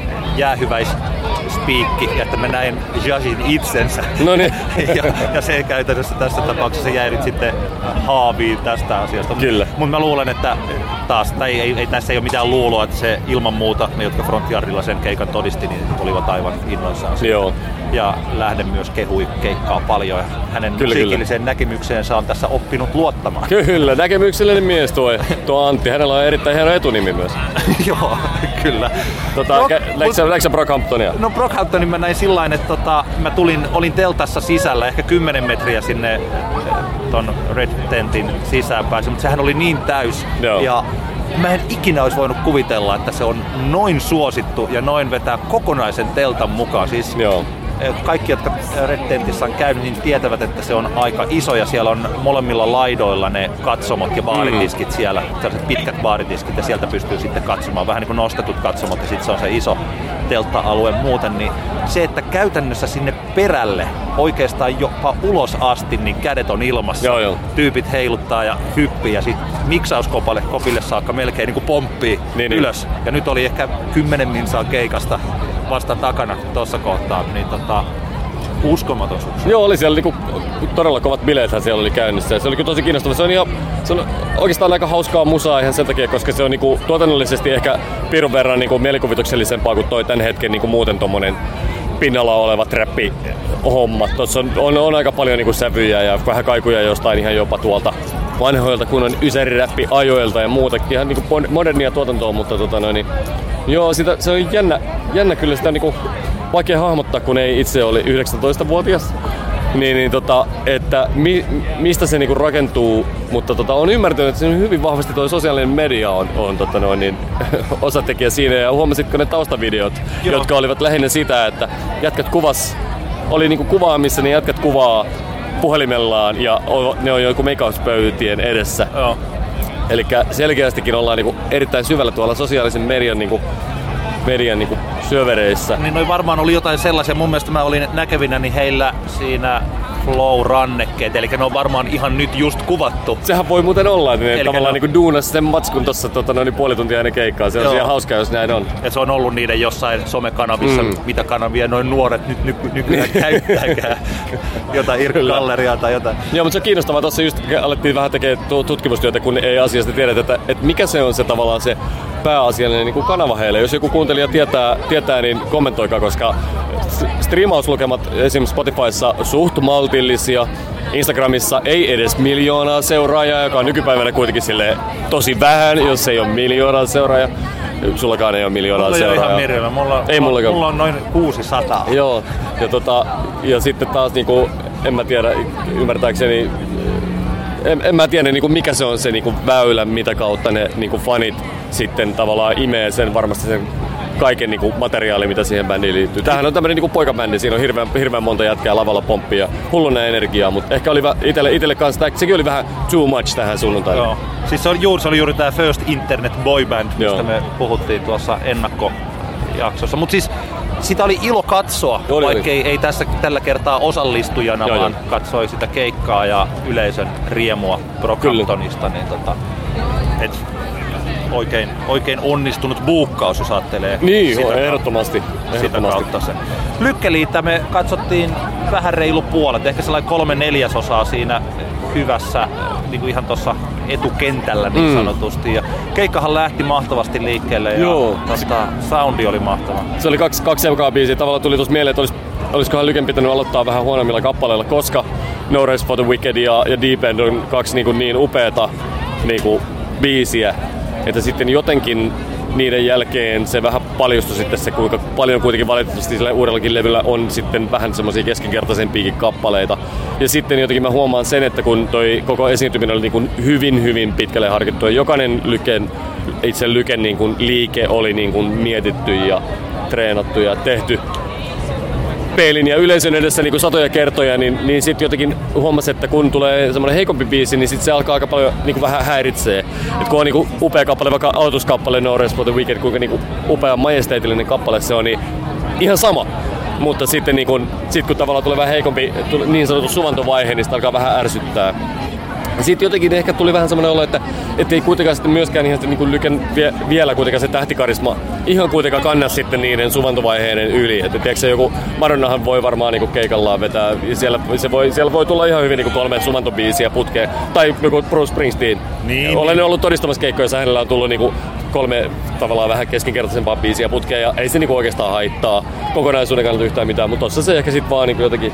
jäähyväispiikki, että mä näin Jajin itsensä. No niin. ja, ja se käytännössä tässä tapauksessa jäi nyt sitten haaviin tästä asiasta. Kyllä. Mutta mä luulen, että taas, tai ei, ei, näissä ei ole mitään luuloa, että se ilman muuta, ne jotka Frontyardilla sen keikan todisti, niin olivat aivan innoissaan. Joo. Ja Lähde myös kehui keikkaa paljon ja hänen kyllä, musiikilliseen kyllä. näkemykseensä on tässä oppinut luottamaan. Kyllä, näkemyksellinen mies tuo, tuo Antti. Hänellä on erittäin hieno etunimi myös. Joo, kyllä. Tota, Brock, läikö sä Brockhamptonia? No Brockhamptonin mä näin sillain, että tota, mä tulin, olin teltassa sisällä ehkä kymmenen metriä sinne ton Red Tentin sisään pääsin, mutta sehän oli niin täys. Joo. Ja mä en ikinä olisi voinut kuvitella, että se on noin suosittu ja noin vetää kokonaisen teltan mukaan. Siis Joo. kaikki, jotka Red Tentissä on käynyt, niin tietävät, että se on aika iso ja siellä on molemmilla laidoilla ne katsomot ja baaritiskit mm. siellä, sellaiset pitkät baaritiskit ja sieltä pystyy sitten katsomaan, vähän niin kuin nostetut katsomot ja sitten se on se iso teltta-alue muuten, niin se, että käytännössä sinne perälle oikeastaan jopa ulos asti, niin kädet on ilmassa, joo, joo. tyypit heiluttaa ja hyppii ja sitten miksauskopille kopille saakka melkein niin kuin pomppii niin, ylös. Niin. Ja nyt oli ehkä kymmenen minsaa keikasta vasta takana tuossa kohtaa, niin tota, uskomaton suksi. Joo, oli siellä niinku, todella kovat bileethän siellä oli käynnissä. Se oli kyllä tosi kiinnostava. Se on, ihan, se on oikeastaan aika hauskaa musaa ihan sen takia, koska se on niinku, tuotannollisesti ehkä pirun verran niinku, mielikuvituksellisempaa kuin toi tämän hetken niinku, muuten tommonen pinnalla oleva trappi-homma. Tuossa on, on, on aika paljon niinku, sävyjä ja vähän kaikuja jostain ihan jopa tuolta vanhoilta kunnon ysäriräppi-ajoilta ja muuta. Ihan niinku, modernia tuotantoa, mutta tota, no, niin, joo, sitä, se on jännä, jännä kyllä sitä niinku, vaikea hahmottaa, kun ei itse oli yhdeksäntoistavuotias, niin, niin tota, että mi, mistä se niinku rakentuu, mutta tota, on ymmärtänyt, että se on hyvin vahvasti tuo sosiaalinen media on, on tota noin, niin, osatekijä siinä, ja huomasitko ne taustavideot, Joo. jotka olivat lähinnä sitä, että jätkät kuvas, oli niinku kuvaa, missä ne jätkät kuvaa puhelimellaan ja ne on joku makeuspöytien edessä. Joo. Elikkä selkeästikin ollaan niinku erittäin syvällä tuolla sosiaalisen median niinku median niinku syövereissä. Niin noi varmaan oli jotain sellaisia, mun mielestä mä olin näkevinä, niin heillä siinä flow-rannekkeet, eli ne on varmaan ihan nyt just kuvattu. Sehän voi muuten olla, että ne Elikkä tavallaan no... niinku duunas sen matskun tossa tota, noin puoli tuntia ennen keikkaa. Se on ihan hauskaa, jos näin on. Ja se on ollut niiden jossain somekanavissa, mm. mitä kanavia noin nuoret nyt ny- nykyään käyttääkään. Jotain Irk-galleriaa tai jotain. Joo, mutta se on kiinnostavaa. Tossa just alettiin vähän tekemään tutkimustyötä, kun ei asiasta tiedetä, että, että mikä se on se tavallaan se pääasiallinen niin kuin kanava heille. Jos joku kuuntelija tietää, tietää, niin kommentoikaa, koska striimauslukemat esimerkiksi Spotifyssa suht maltillisia. Instagramissa ei edes miljoonaa seuraajaa, joka on nykypäivänä kuitenkin silleen tosi vähän, jos ei ole miljoonaa seuraajaa. Sullakaan ei ole miljoonaa mulla seuraajaa. Mulla ei ole ihan mulla, ei mulla, mulla on noin kuusisataa. Joo, ja, tota, ja sitten taas niinku, en mä tiedä, ymmärtääkseni En, en mä tiedä niin kuin mikä se on se niin kuin väylä, mitä kautta ne niin kuin fanit sitten tavallaan imee sen varmasti sen kaiken niin kuin materiaali, mitä siihen bändiin liittyy. Tämähän on tämmöinen niin kuin poikabändi, siinä on hirveän, hirveän monta jätkää lavalla pomppia ja hulluna energiaa, mutta ehkä oli itelle, itelle kanssa, sekin oli vähän too much tähän sunnuntaille. Joo. Siis se oli juuri, se oli juuri tämä First Internet Boy Band, mistä Joo. me puhuttiin tuossa ennakkojaksossa. Mutta siis sitä oli ilo katsoa, oli, vaikka ei, ei tässä tällä kertaa osallistujana, joo, vaan jo. katsoi sitä keikkaa ja yleisön riemua Brockhamptonista. Niin tota, et oikein, oikein onnistunut buukkaus, jos ajattelee niin, sitä, ehdottomasti, ehdottomasti. Sitä kautta. Lykkeliittä me katsottiin vähän reilu puolet, ehkä sellainen kolme neljäsosaa siinä hyvässä, niin kuin ihan tuossa etukentällä niin mm. sanotusti. Ja keikkahan lähti mahtavasti liikkeelle ja tosta, soundi oli mahtava. Se oli kaksi, kaksi ekaa biisiä. Tavallaan tuli tuossa mieleen, että olis, olisikohan Lyken pitänyt aloittaa vähän huonommilla kappaleilla, koska No Rest for the Wicked ja, ja Deep End on kaksi niin, niin upeata niin biisiä, että sitten jotenkin niiden jälkeen se vähän paljustui sitten se, kuinka paljon kuitenkin valitettavasti sillä uudellakin levyllä on sitten vähän semmoisia keskinkertaisempiakin kappaleita. Ja sitten jotenkin mä huomaan sen, että kun toi koko esiintyminen oli niin kuin hyvin, hyvin pitkälle harkittu ja jokainen Lyken, itse Lyken niin kuin liike oli niin kuin mietitty ja treenattu ja tehty peilin ja yleisön edessä niin kuin satoja kertoja, niin, niin sitten jotenkin huomasi, että kun tulee semmoinen heikompi biisi, niin sitten se alkaa aika paljon niin kuin vähän häiritsee. Et kun on niin kuin upea kappale, vaikka aloituskappale No Rest for the Wicked, kuinka niin kuin upea majesteetillinen kappale se on, niin ihan sama. Mutta sitten niin kun, sit kun tavallaan tulee vähän heikompi niin sanottu suvantovaihe, niin sitä alkaa vähän ärsyttää. Sitten jotenkin ehkä tuli vähän semmoinen olo, että ei kuitenkaan sitten myöskään ihan niin kuin Lyken vie, vielä kuitenkaan se tähtikarisma ihan kuitenkaan kanna sitten niiden suvantovaiheiden yli. Että tiedätkö, joku Madonnahan voi varmaan niin kuin keikallaan vetää, siellä, se voi, siellä voi tulla ihan hyvin niin kuin kolme suvantobiisiä putkeen. Tai joku Bruce Springsteen. Niin, Olen niin. ollut todistamassa keikkoja, jossa hänellä on tullut niin kuin kolme tavallaan vähän keskinkertaisempaa biisiä putkeen. Ja ei se niin kuin oikeastaan haittaa kokonaisuuden kannalta yhtään mitään, mutta tossa se ehkä sitten vaan niin kuin jotenkin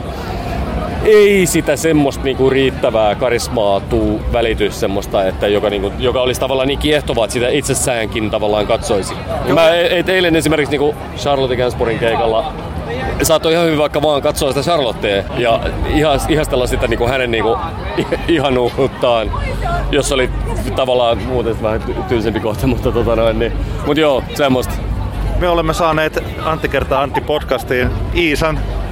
ei sitä semmoista niinku riittävää karismaa tuu välitys semmoista, että joka, niinku, joka olisi tavallaan niin kiehtovaa, että sitä itsessäänkin tavallaan katsoisi. Mä et, eilen esimerkiksi niinku Charlotte Gainsbourin keikalla saattoi ihan hyvin vaikka vaan katsoa sitä Charlottea ja ihastella sitä niinku hänen niinku ihanuuttaan, jos oli tavallaan muuten vähän tylsempi kohta, mutta tota noin, niin. Mut joo, semmoista. Me olemme saaneet Antti kertaa Antti podcastiin Iisan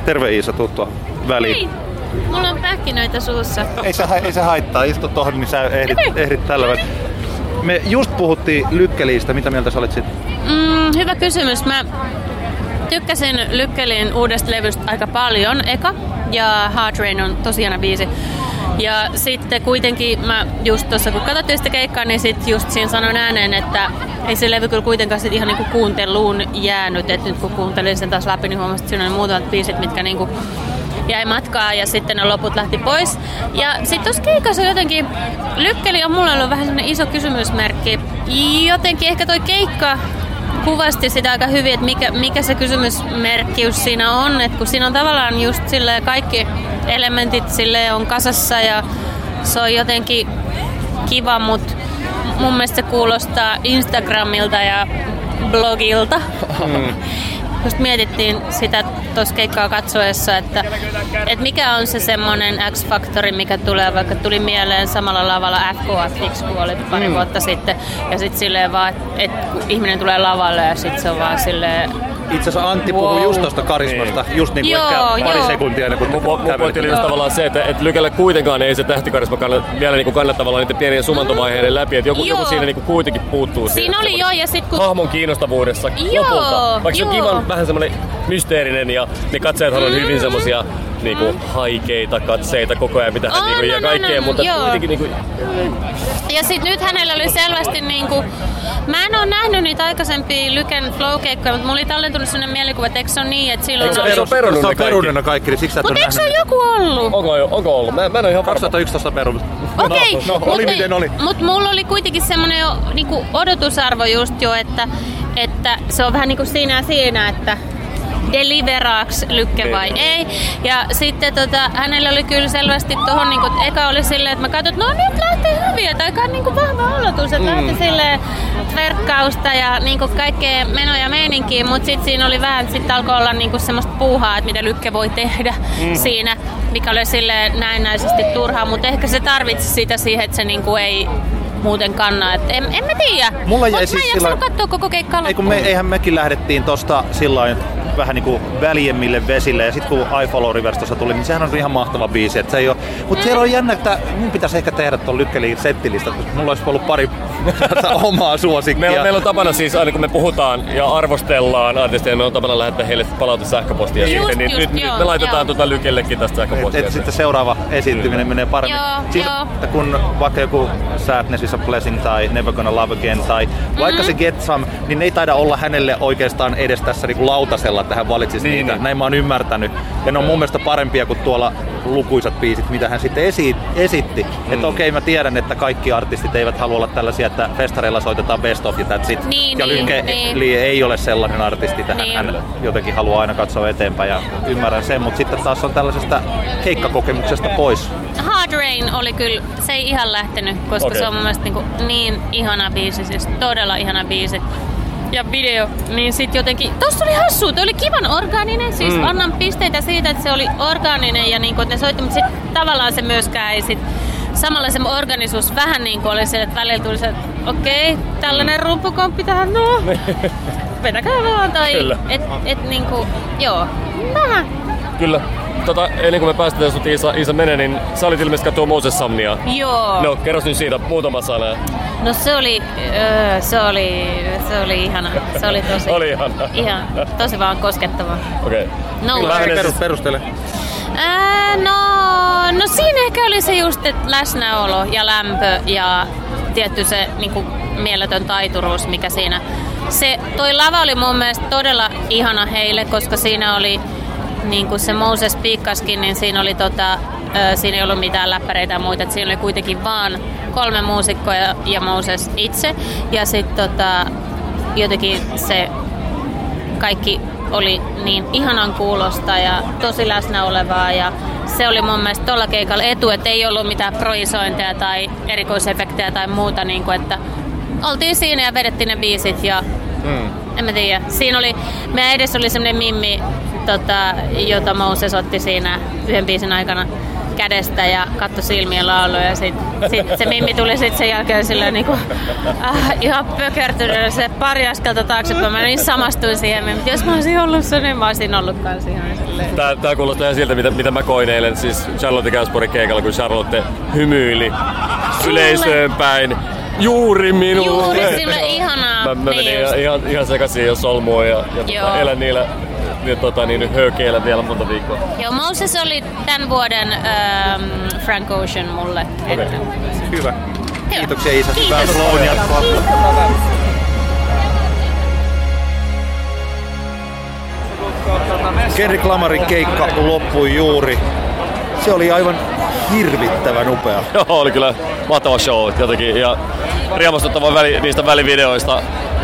Terve Iisa, tuttua väliin. Hei, mulla on pähkinöitä suussa. Ei se, ei se haittaa, istu tohon, niin sä ehdit, ehdit tällä välin. Me just puhuttiin Lykkeliistä, mitä mieltä sä olit sit? Mm, hyvä kysymys. Mä tykkäsin Lykkelin uudesta levystä aika paljon, eka, ja Hard Rain on tosi hieno biisi. Ja sitten kuitenkin mä just tuossa kun katsottiin sitä keikkaa, niin sit just siinä sanoin ääneen, että ei se levy kyllä kuitenkaan sit ihan niinku kuunteluun jäänyt. Et nyt kun kuuntelin sen taas läpi, niin huomasin, että siinä oli muutamat biisit, mitkä niinku jäi matkaa ja sitten ne loput lähti pois. Ja sitten tuossa keikassa jotenkin, Lykkeli on mulle ollut vähän sellainen iso kysymysmerkki. Jotenkin ehkä toi keikka kuvasti sitä aika hyvin, että mikä, mikä se kysymysmerkkiys siinä on. Että kun siinä on tavallaan just silleen kaikki elementit silleen on kasassa ja se on jotenkin kiva, mutta mun mielestä se kuulostaa Instagramilta ja blogilta. Mm. Just mietittiin sitä tuossa keikkaa katsoessa, että, että mikä on se semmoinen X-faktori, mikä tulee, vaikka tuli mieleen samalla lavalla F K F X, kun oli pari mm. vuotta sitten. Ja sitten silleen vaan, että, että ihminen tulee lavalle ja sitten se on vaan silleen... Itse asiassa Antti wow. puhui just tosta karismasta, niin. just niin kuin joo, ehkä pari joo. sekuntia ennen kuin Mun pointti oli just tavallaan se, että, että Lykellä kuitenkaan ei se tähtikarisma kannata, vielä niin kannata tavallaan niiden pienien sumantovaiheiden läpi, että joku, joku siinä niin kuitenkin puuttuu. Siinä oli joo ja sit kun... Hahmon kiinnostavuudessa joo, lopulta. Vaikka joo. se on kivan vähän semmoinen mysteerinen ja ne katsojathan on mm-hmm. hyvin semmosia niinku mm. haikeita katseita koko ajan, mitä hän oh, niinku, no, ja kaikkea, no, no, mutta joo. kuitenkin niinku... Ja sit nyt hänellä oli selvästi niinku... Mä en oo nähnyt niitä aikaisempia Lyken flow-keikkoja, mutta mulla oli tallentunut sellainen mielikuva, että eikö se on niin, että silloin... Eikö se on perunut ne kaikki? Ne kaikki niin siksi mutta eikö se ole joku ollut? Onko, onko ollut? Mä, mä en oo ihan kaksituhattayksitoista perunut. Okei, okay. no, no, oli miten oli. Mut mulla oli kuitenkin semmonen jo, niinku odotusarvo just jo, että, että se on vähän niinku siinä ja siinä, että deliveraaks Lykke vai ei. Ja sitten tota, hänellä oli kyllä selvästi tohon, niinku, eka oli silleen, että mä katsoin, että no nyt lähtee hyviä, että aika niinku vahva olotus, että mm. lähti silleen tverkkausta ja niinku kaikkea menoja ja meininkiä, mutta sitten siinä oli vähän, sitten alkoi olla niinku semmoista puuhaa, että mitä Lykke voi tehdä mm. siinä, mikä oli silleen näennäisesti turhaa, mutta ehkä se tarvitsi sitä siihen, että se niinku ei muuten kannaa, että en, en mä tiedä. Mulla jäi Mut siis mä en jaksanut katsoa koko keikkaa loppuun. Ei kun me, eihän mekin lähdettiin tosta sillain vähän niinku väljemmille vesille ja sit kun I Follow Rivers tossa tuli, niin sehän on ihan mahtava biisi. Et se ei oo, mut mm. siellä on jännä, että mun pitäisi ehkä tehdä ton Lykkelin settilista, koska mulla olisi ollut pari omaa suosikkia. Meillä, meillä on tapana siis, aina kun me puhutaan ja arvostellaan artisteja, meillä on tapana lähettää heille palautus sähköpostia just, siitä, niin just, nyt, joo, nyt me laitetaan tuota Lykellekin tästä sähköpostia. Et, et sitten seuraava esiintyminen menee paremmin. Joo, siis, joo. Kun vaikka joku Sadness is a Blessing tai Never Gonna Love Again tai mm-hmm. vaikka se Get Some, niin ei taida olla hänelle oikeastaan edes tässä niinku lautasella, että hän valitsisi niin, niitä. Niin. Näin mä oon ymmärtänyt. Ja ne on mun mielestä parempia kuin tuolla lukuisat biisit, mitä hän sitten esi- esitti. Mm. Että okei, okay, mä tiedän, että kaikki artistit eivät halua olla tällaisia, että festareilla soitetaan best of ja that's it. Niin, ja Lykke niin, niin. ei ole sellainen artisti, että niin. hän jotenkin haluaa aina katsoa eteenpäin ja ymmärrän sen, mutta sitten taas on tällaisesta keikkakokemuksesta pois. Hard Rain oli kyllä, se ei ihan lähtenyt, koska okay. se on mun mielestä niin, niin ihana biisi, siis todella ihana biisi. Ja video, niin sit jotenkin, tossa oli hassua, toi oli kivan orgaaninen, siis mm. annan pisteitä siitä, että se oli orgaaninen ja niinku, että ne soitti, mutta sit tavallaan se myöskään ei sit, samalla se organisuus vähän niinku oli se, että välillä tuli se, että okei, okay, tällainen mm. rumpukomppi tähän, no, vedäkää vaan, tai et, et niinku, joo, vähän. Kyllä. Tota, ennen kuin me päästetään sut Iisa, Iisa menee, niin sä olit ilmeisesti katsoa Moses Sumnia. Joo. No, kerros nyt siitä muutama sana. No se oli, öö, se oli, se oli ihana. Se oli tosi, oli ihana. Ihan, tosi vaan koskettava. Okei. Okay. No, perus, perustele. Ää, no, no siinä ehkä oli se just, että läsnäolo ja lämpö ja tietty se niinku, mieletön taituruus, mikä siinä. Se, toi lava oli mun mielestä todella ihana heille, koska siinä oli niin kuin se Moses piikkaskin, niin siinä oli tota, siinä ei ollut mitään läppäreitä ja muita, että siinä oli kuitenkin vaan kolme muusikkoa ja, ja Moses itse. Ja sitten tota, jotenkin se kaikki oli niin ihanan kuulosta ja tosi läsnä olevaa ja se oli mun mielestä tuolla keikalla etu, että ei ollut mitään projisointeja tai erikoisefektejä tai muuta, niin kuin, että oltiin siinä ja vedettiin ne biisit ja mm. en mä tiedä. Siinä oli, meidän edessä oli semmoinen mimmi, tota, jota Moses otti siinä yhden biisin aikana kädestä ja katsoi silmien lauluja. Ja sit, sit se Mimmi tuli sit sen jälkeen silleen niinku, äh, ihan pökertynyt se pari askelta taaksepäin. Mä niin samastuin siihen, että jos mä olisin ollut se, niin mä olisin ollut kans ihan silleen. Tää, tää kuulostaa ihan siltä, mitä, mitä mä koin eilen siis Charlotte Gainsbourin keikalla, kun Charlotte hymyili yleisöön päin. Juuri minulle. Juuri sille ihanaa. Mä, mä menin niin ihan, ihan, ihan sekaisin jo solmuun ja, ja tota, elän niillä niin, tota, niin, höökeillä vielä monta viikkoa. Joo, Moses oli tämän vuoden ähm, Frank Ocean mulle. Okay. Että... Hyvä. Hyvä. Kiitoksia Iisa. Kiitos. Hyvää flown jatkoa. Kendrick Lamarin keikka loppui juuri. Se oli aivan hirvittävän upea. Joo, oli kyllä mahtava show jotenkin ja riemastuttava väli, niistä välivideoista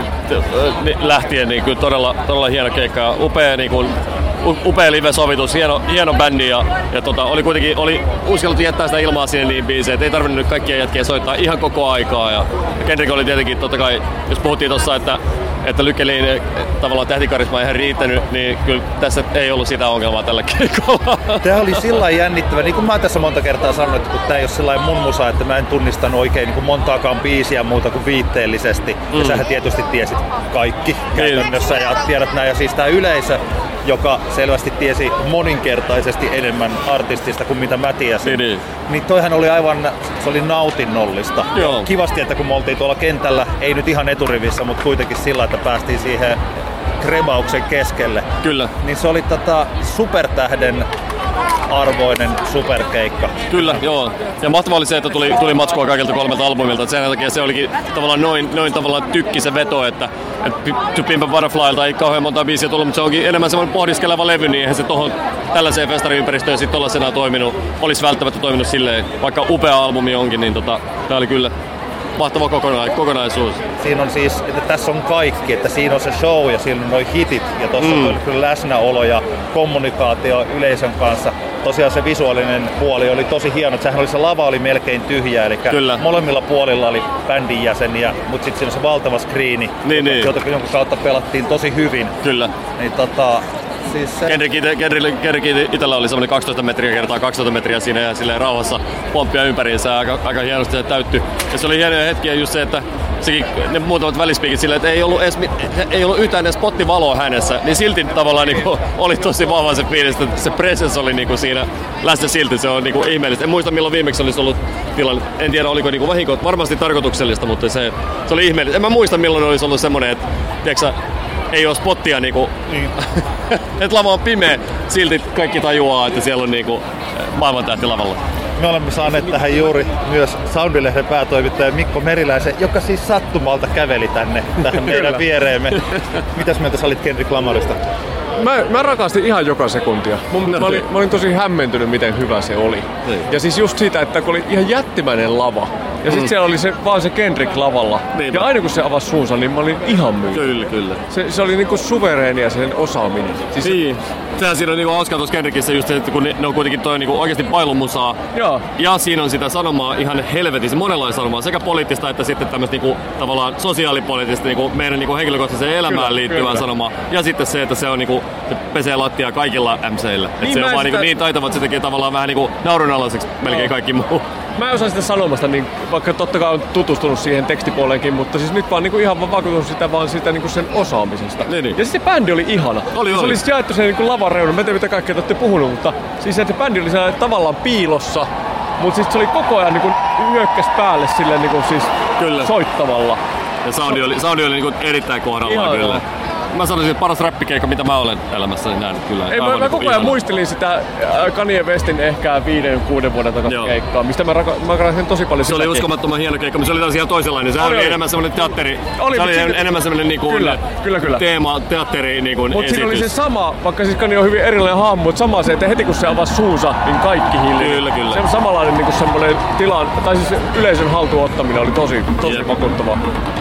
lähtien niin kyllä todella, todella hieno keikka. Upea, niin kuin, upea live-sovitus, hieno, hieno bändi ja, ja tota, oli kuitenkin oli uskallettu jättää sitä ilmaa sinne niin biiseen, että ei tarvinnut nyt kaikkia jätkiä soittaa ihan koko aikaa. Ja, ja Kendrick oli tietenkin totta kai, jos puhuttiin tuossa, että että Lykkeliin tavallaan tähtikarisma ei ihan riittänyt, niin kyllä tässä ei ollut sitä ongelmaa tällä keikolla. Tämä oli sillä jännittävä, niin kuin mä tässä monta kertaa sanoin, että kun tämä ei ole sellainen mun musa, että mä en tunnistanut oikein niin kuin montaakaan biisiä muuta kuin viitteellisesti. Mm. Ja sähän tietysti tiesit kaikki käytännössä ja tiedät näin. Ja siis tämä yleisö, joka selvästi tiesi moninkertaisesti enemmän artistista kuin mitä mä tiesin, niin, niin toihan oli aivan, se oli nautinnollista. Joo. Kivasti, että kun me oltiin tuolla kentällä, ei nyt ihan eturivissä, mutta kuitenkin sillä, että päästiin siihen krebauksen keskelle. Kyllä. Niin se oli tota supertähden arvoinen superkeikka. Kyllä, joo. Ja mahtavaa oli se, että tuli, tuli matskua kaikilta kolmelta albumilta. Sen takia se olikin tavallaan noin, noin tavallaan tykki se veto, että, että To Pimp a Butterflylta ei kauhean monta biisiä tullut, mutta se onkin enemmän semmoinen pohdiskeleva levy, niin eihän se tohon tällaiseen festariympäristöön sitten tollasena toiminut, olisi välttämättä toiminut silleen, vaikka upea albumi onkin, niin tota, tää oli kyllä mahtava kokonaisuus. Siinä on siis, että tässä on kaikki, että siinä on se show ja siinä on noi hitit ja tuossa mm. on kyllä läsnäolo ja kommunikaatio yleisön kanssa. Tosiaan se visuaalinen puoli oli tosi hieno, että sehän oli se lava oli melkein tyhjä, eli kyllä. Molemmilla puolilla oli bändin jäseniä, mutta sitten siinä on se valtava screeni, niin, niin. jota jonka kautta pelattiin tosi hyvin. Kyllä. Niin, tota, siis se... Kendrick itsellä oli semmoinen kaksitoista metriä kertaa kaksitoista metriä siinä ja silleen rauhassa pomppia ympäriinsä aika, aika hienosti se täyttyi. Ja se oli hienoja hetkiä just se, että sekin, ne muutamat välispiikit silleen, että ei ollut, edes, ei ollut yhtään edes spottivaloa hänessä, niin silti tavallaan niinku, oli tosi vahva se fiilis, että se presence oli niinku siinä läsnä silti, se on niinku ihmeellistä. En muista milloin viimeksi olisi ollut tilanne, en tiedä oliko niinku vahinko, varmasti tarkoituksellista, mutta se, se oli ihmeellistä. En mä muista milloin olisi ollut semmoinen, että tiiäksä, ei ole spottia niinku, niin. että lava on pimeä, silti kaikki tajuaa, että siellä on niinku maailmantähti lavalla. Me olemme saaneet tähän juuri myös Soundilehden päätoimittaja Mikko Meriläisen, joka siis sattumalta käveli tänne tähän meidän viereemme. Mitäs mieltä sä olit Kendrick Lamarista? Mä, mä rakastin ihan joka sekuntia. Mä, mä, olin, mä olin tosi hämmentynyt, miten hyvä se oli. Ja siis just siitä, että kun oli ihan jättimäinen lava. Ja sit mm. siellä oli se, vaan se Kendrick lavalla. Niinpä. Ja aina kun se avasi suunsa, niin mä olin ihan myyty. Kyllä, kyllä. Se, se oli niinku suvereenia sen osaaminen. Siis niin. Sehän siinä on niinku hauskaa tuossa Kendrickissä just se, että kun ne, ne on kuitenkin toi niinku oikeesti pailumusaa. Joo. Ja siinä on sitä sanomaa ihan helvetissä, monenlaista sanomaa. Sekä poliittista että sitten tämmöistä niinku, tavallaan sosiaalipoliittista niinku, meidän niinku henkilökohtaiseen elämään kyllä, liittyvää kyllä. sanomaa. Ja sitten se, että se on niinku, se pesee lattia kaikilla M C:illä. Niin, että se on vaan sitä... niinku, niin taitava, että se tekee tavallaan vähän niinku naurunalaiseksi melkein kaikki muu. Mä en osaa sitä sanomasta, niin vaikka totta kai on tutustunut siihen tekstipuoleenkin, mutta siis nyt vaan niinku ihan vaan vakuutunut sitä vaan sitä niinku sen osaamisesta. Niin, niin. Ja siis se bändi oli ihana. Oli, se oli. oli siis jaettu sen niinku lavan reunaan. Mä en tiedä mitä kaikkea te olette puhunut, mutta siis se bändi oli sellainen tavallaan piilossa, mutta siis se oli koko ajan niinku hyökkäs päälle silleen niinku siis kyllä. soittamalla. Ja soundi oli, soundi oli niinku erittäin kohdallaan kyllä. Joo. Mä sanoisin, että paras räppikeikka, mitä mä olen elämässäni nähnyt kyllä. Ei, mä, mä koko ajan muistelin sitä Kanye Westin ehkä viiden, kuuden vuoden takaisin keikkaa, mistä mä, raka, mä rakastin tosi paljon. Se oli uskomattoman hieno keikka, mutta se oli taas ihan toisenlainen. Se oli, oli enemmän semmoinen teatteri, oli, se oli siitä... enemmän semmoinen niinku kyllä, kyllä, kyllä. teema, teatteri niinku esitys. Mut siinä oli se sama, vaikka siis Kanye on hyvin erilainen hahmo, mutta sama se, että heti kun se avasi suunsa, niin kaikki hiljaa. Kyllä, kyllä. Se on samanlainen niinku semmoinen tilan, tai siis yleisön haltuun ottaminen oli tosi, tosi yep. vakuuttavaa.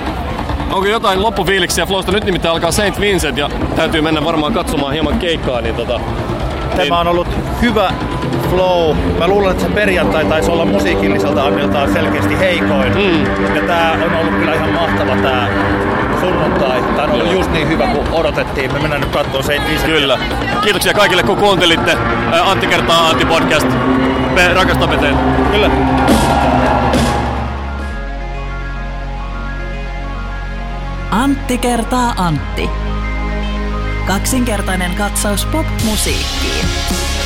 Onko jotain loppufiiliksiä Flowsta? Nyt nimittäin alkaa Saint Vincent ja täytyy mennä varmaan katsomaan hieman keikkaa. Niin tota, Tämä niin... on ollut hyvä Flow. Mä luulen, että se perjantai taisi olla musiikilliselta anniltaan selkeästi heikoin. Mm. Ja tää on ollut kyllä ihan mahtava tää sunnuntai. tai tämä on ollut just niin hyvä kuin odotettiin. Me mennään nyt katsomaan Saint Vincent. Kyllä. Kiitoksia kaikille kun kuuntelitte Antti kertaa Antti podcast. Me rakastamme teitä. Kyllä. Antti kertaa Antti. Kaksinkertainen katsaus pop-musiikkiin.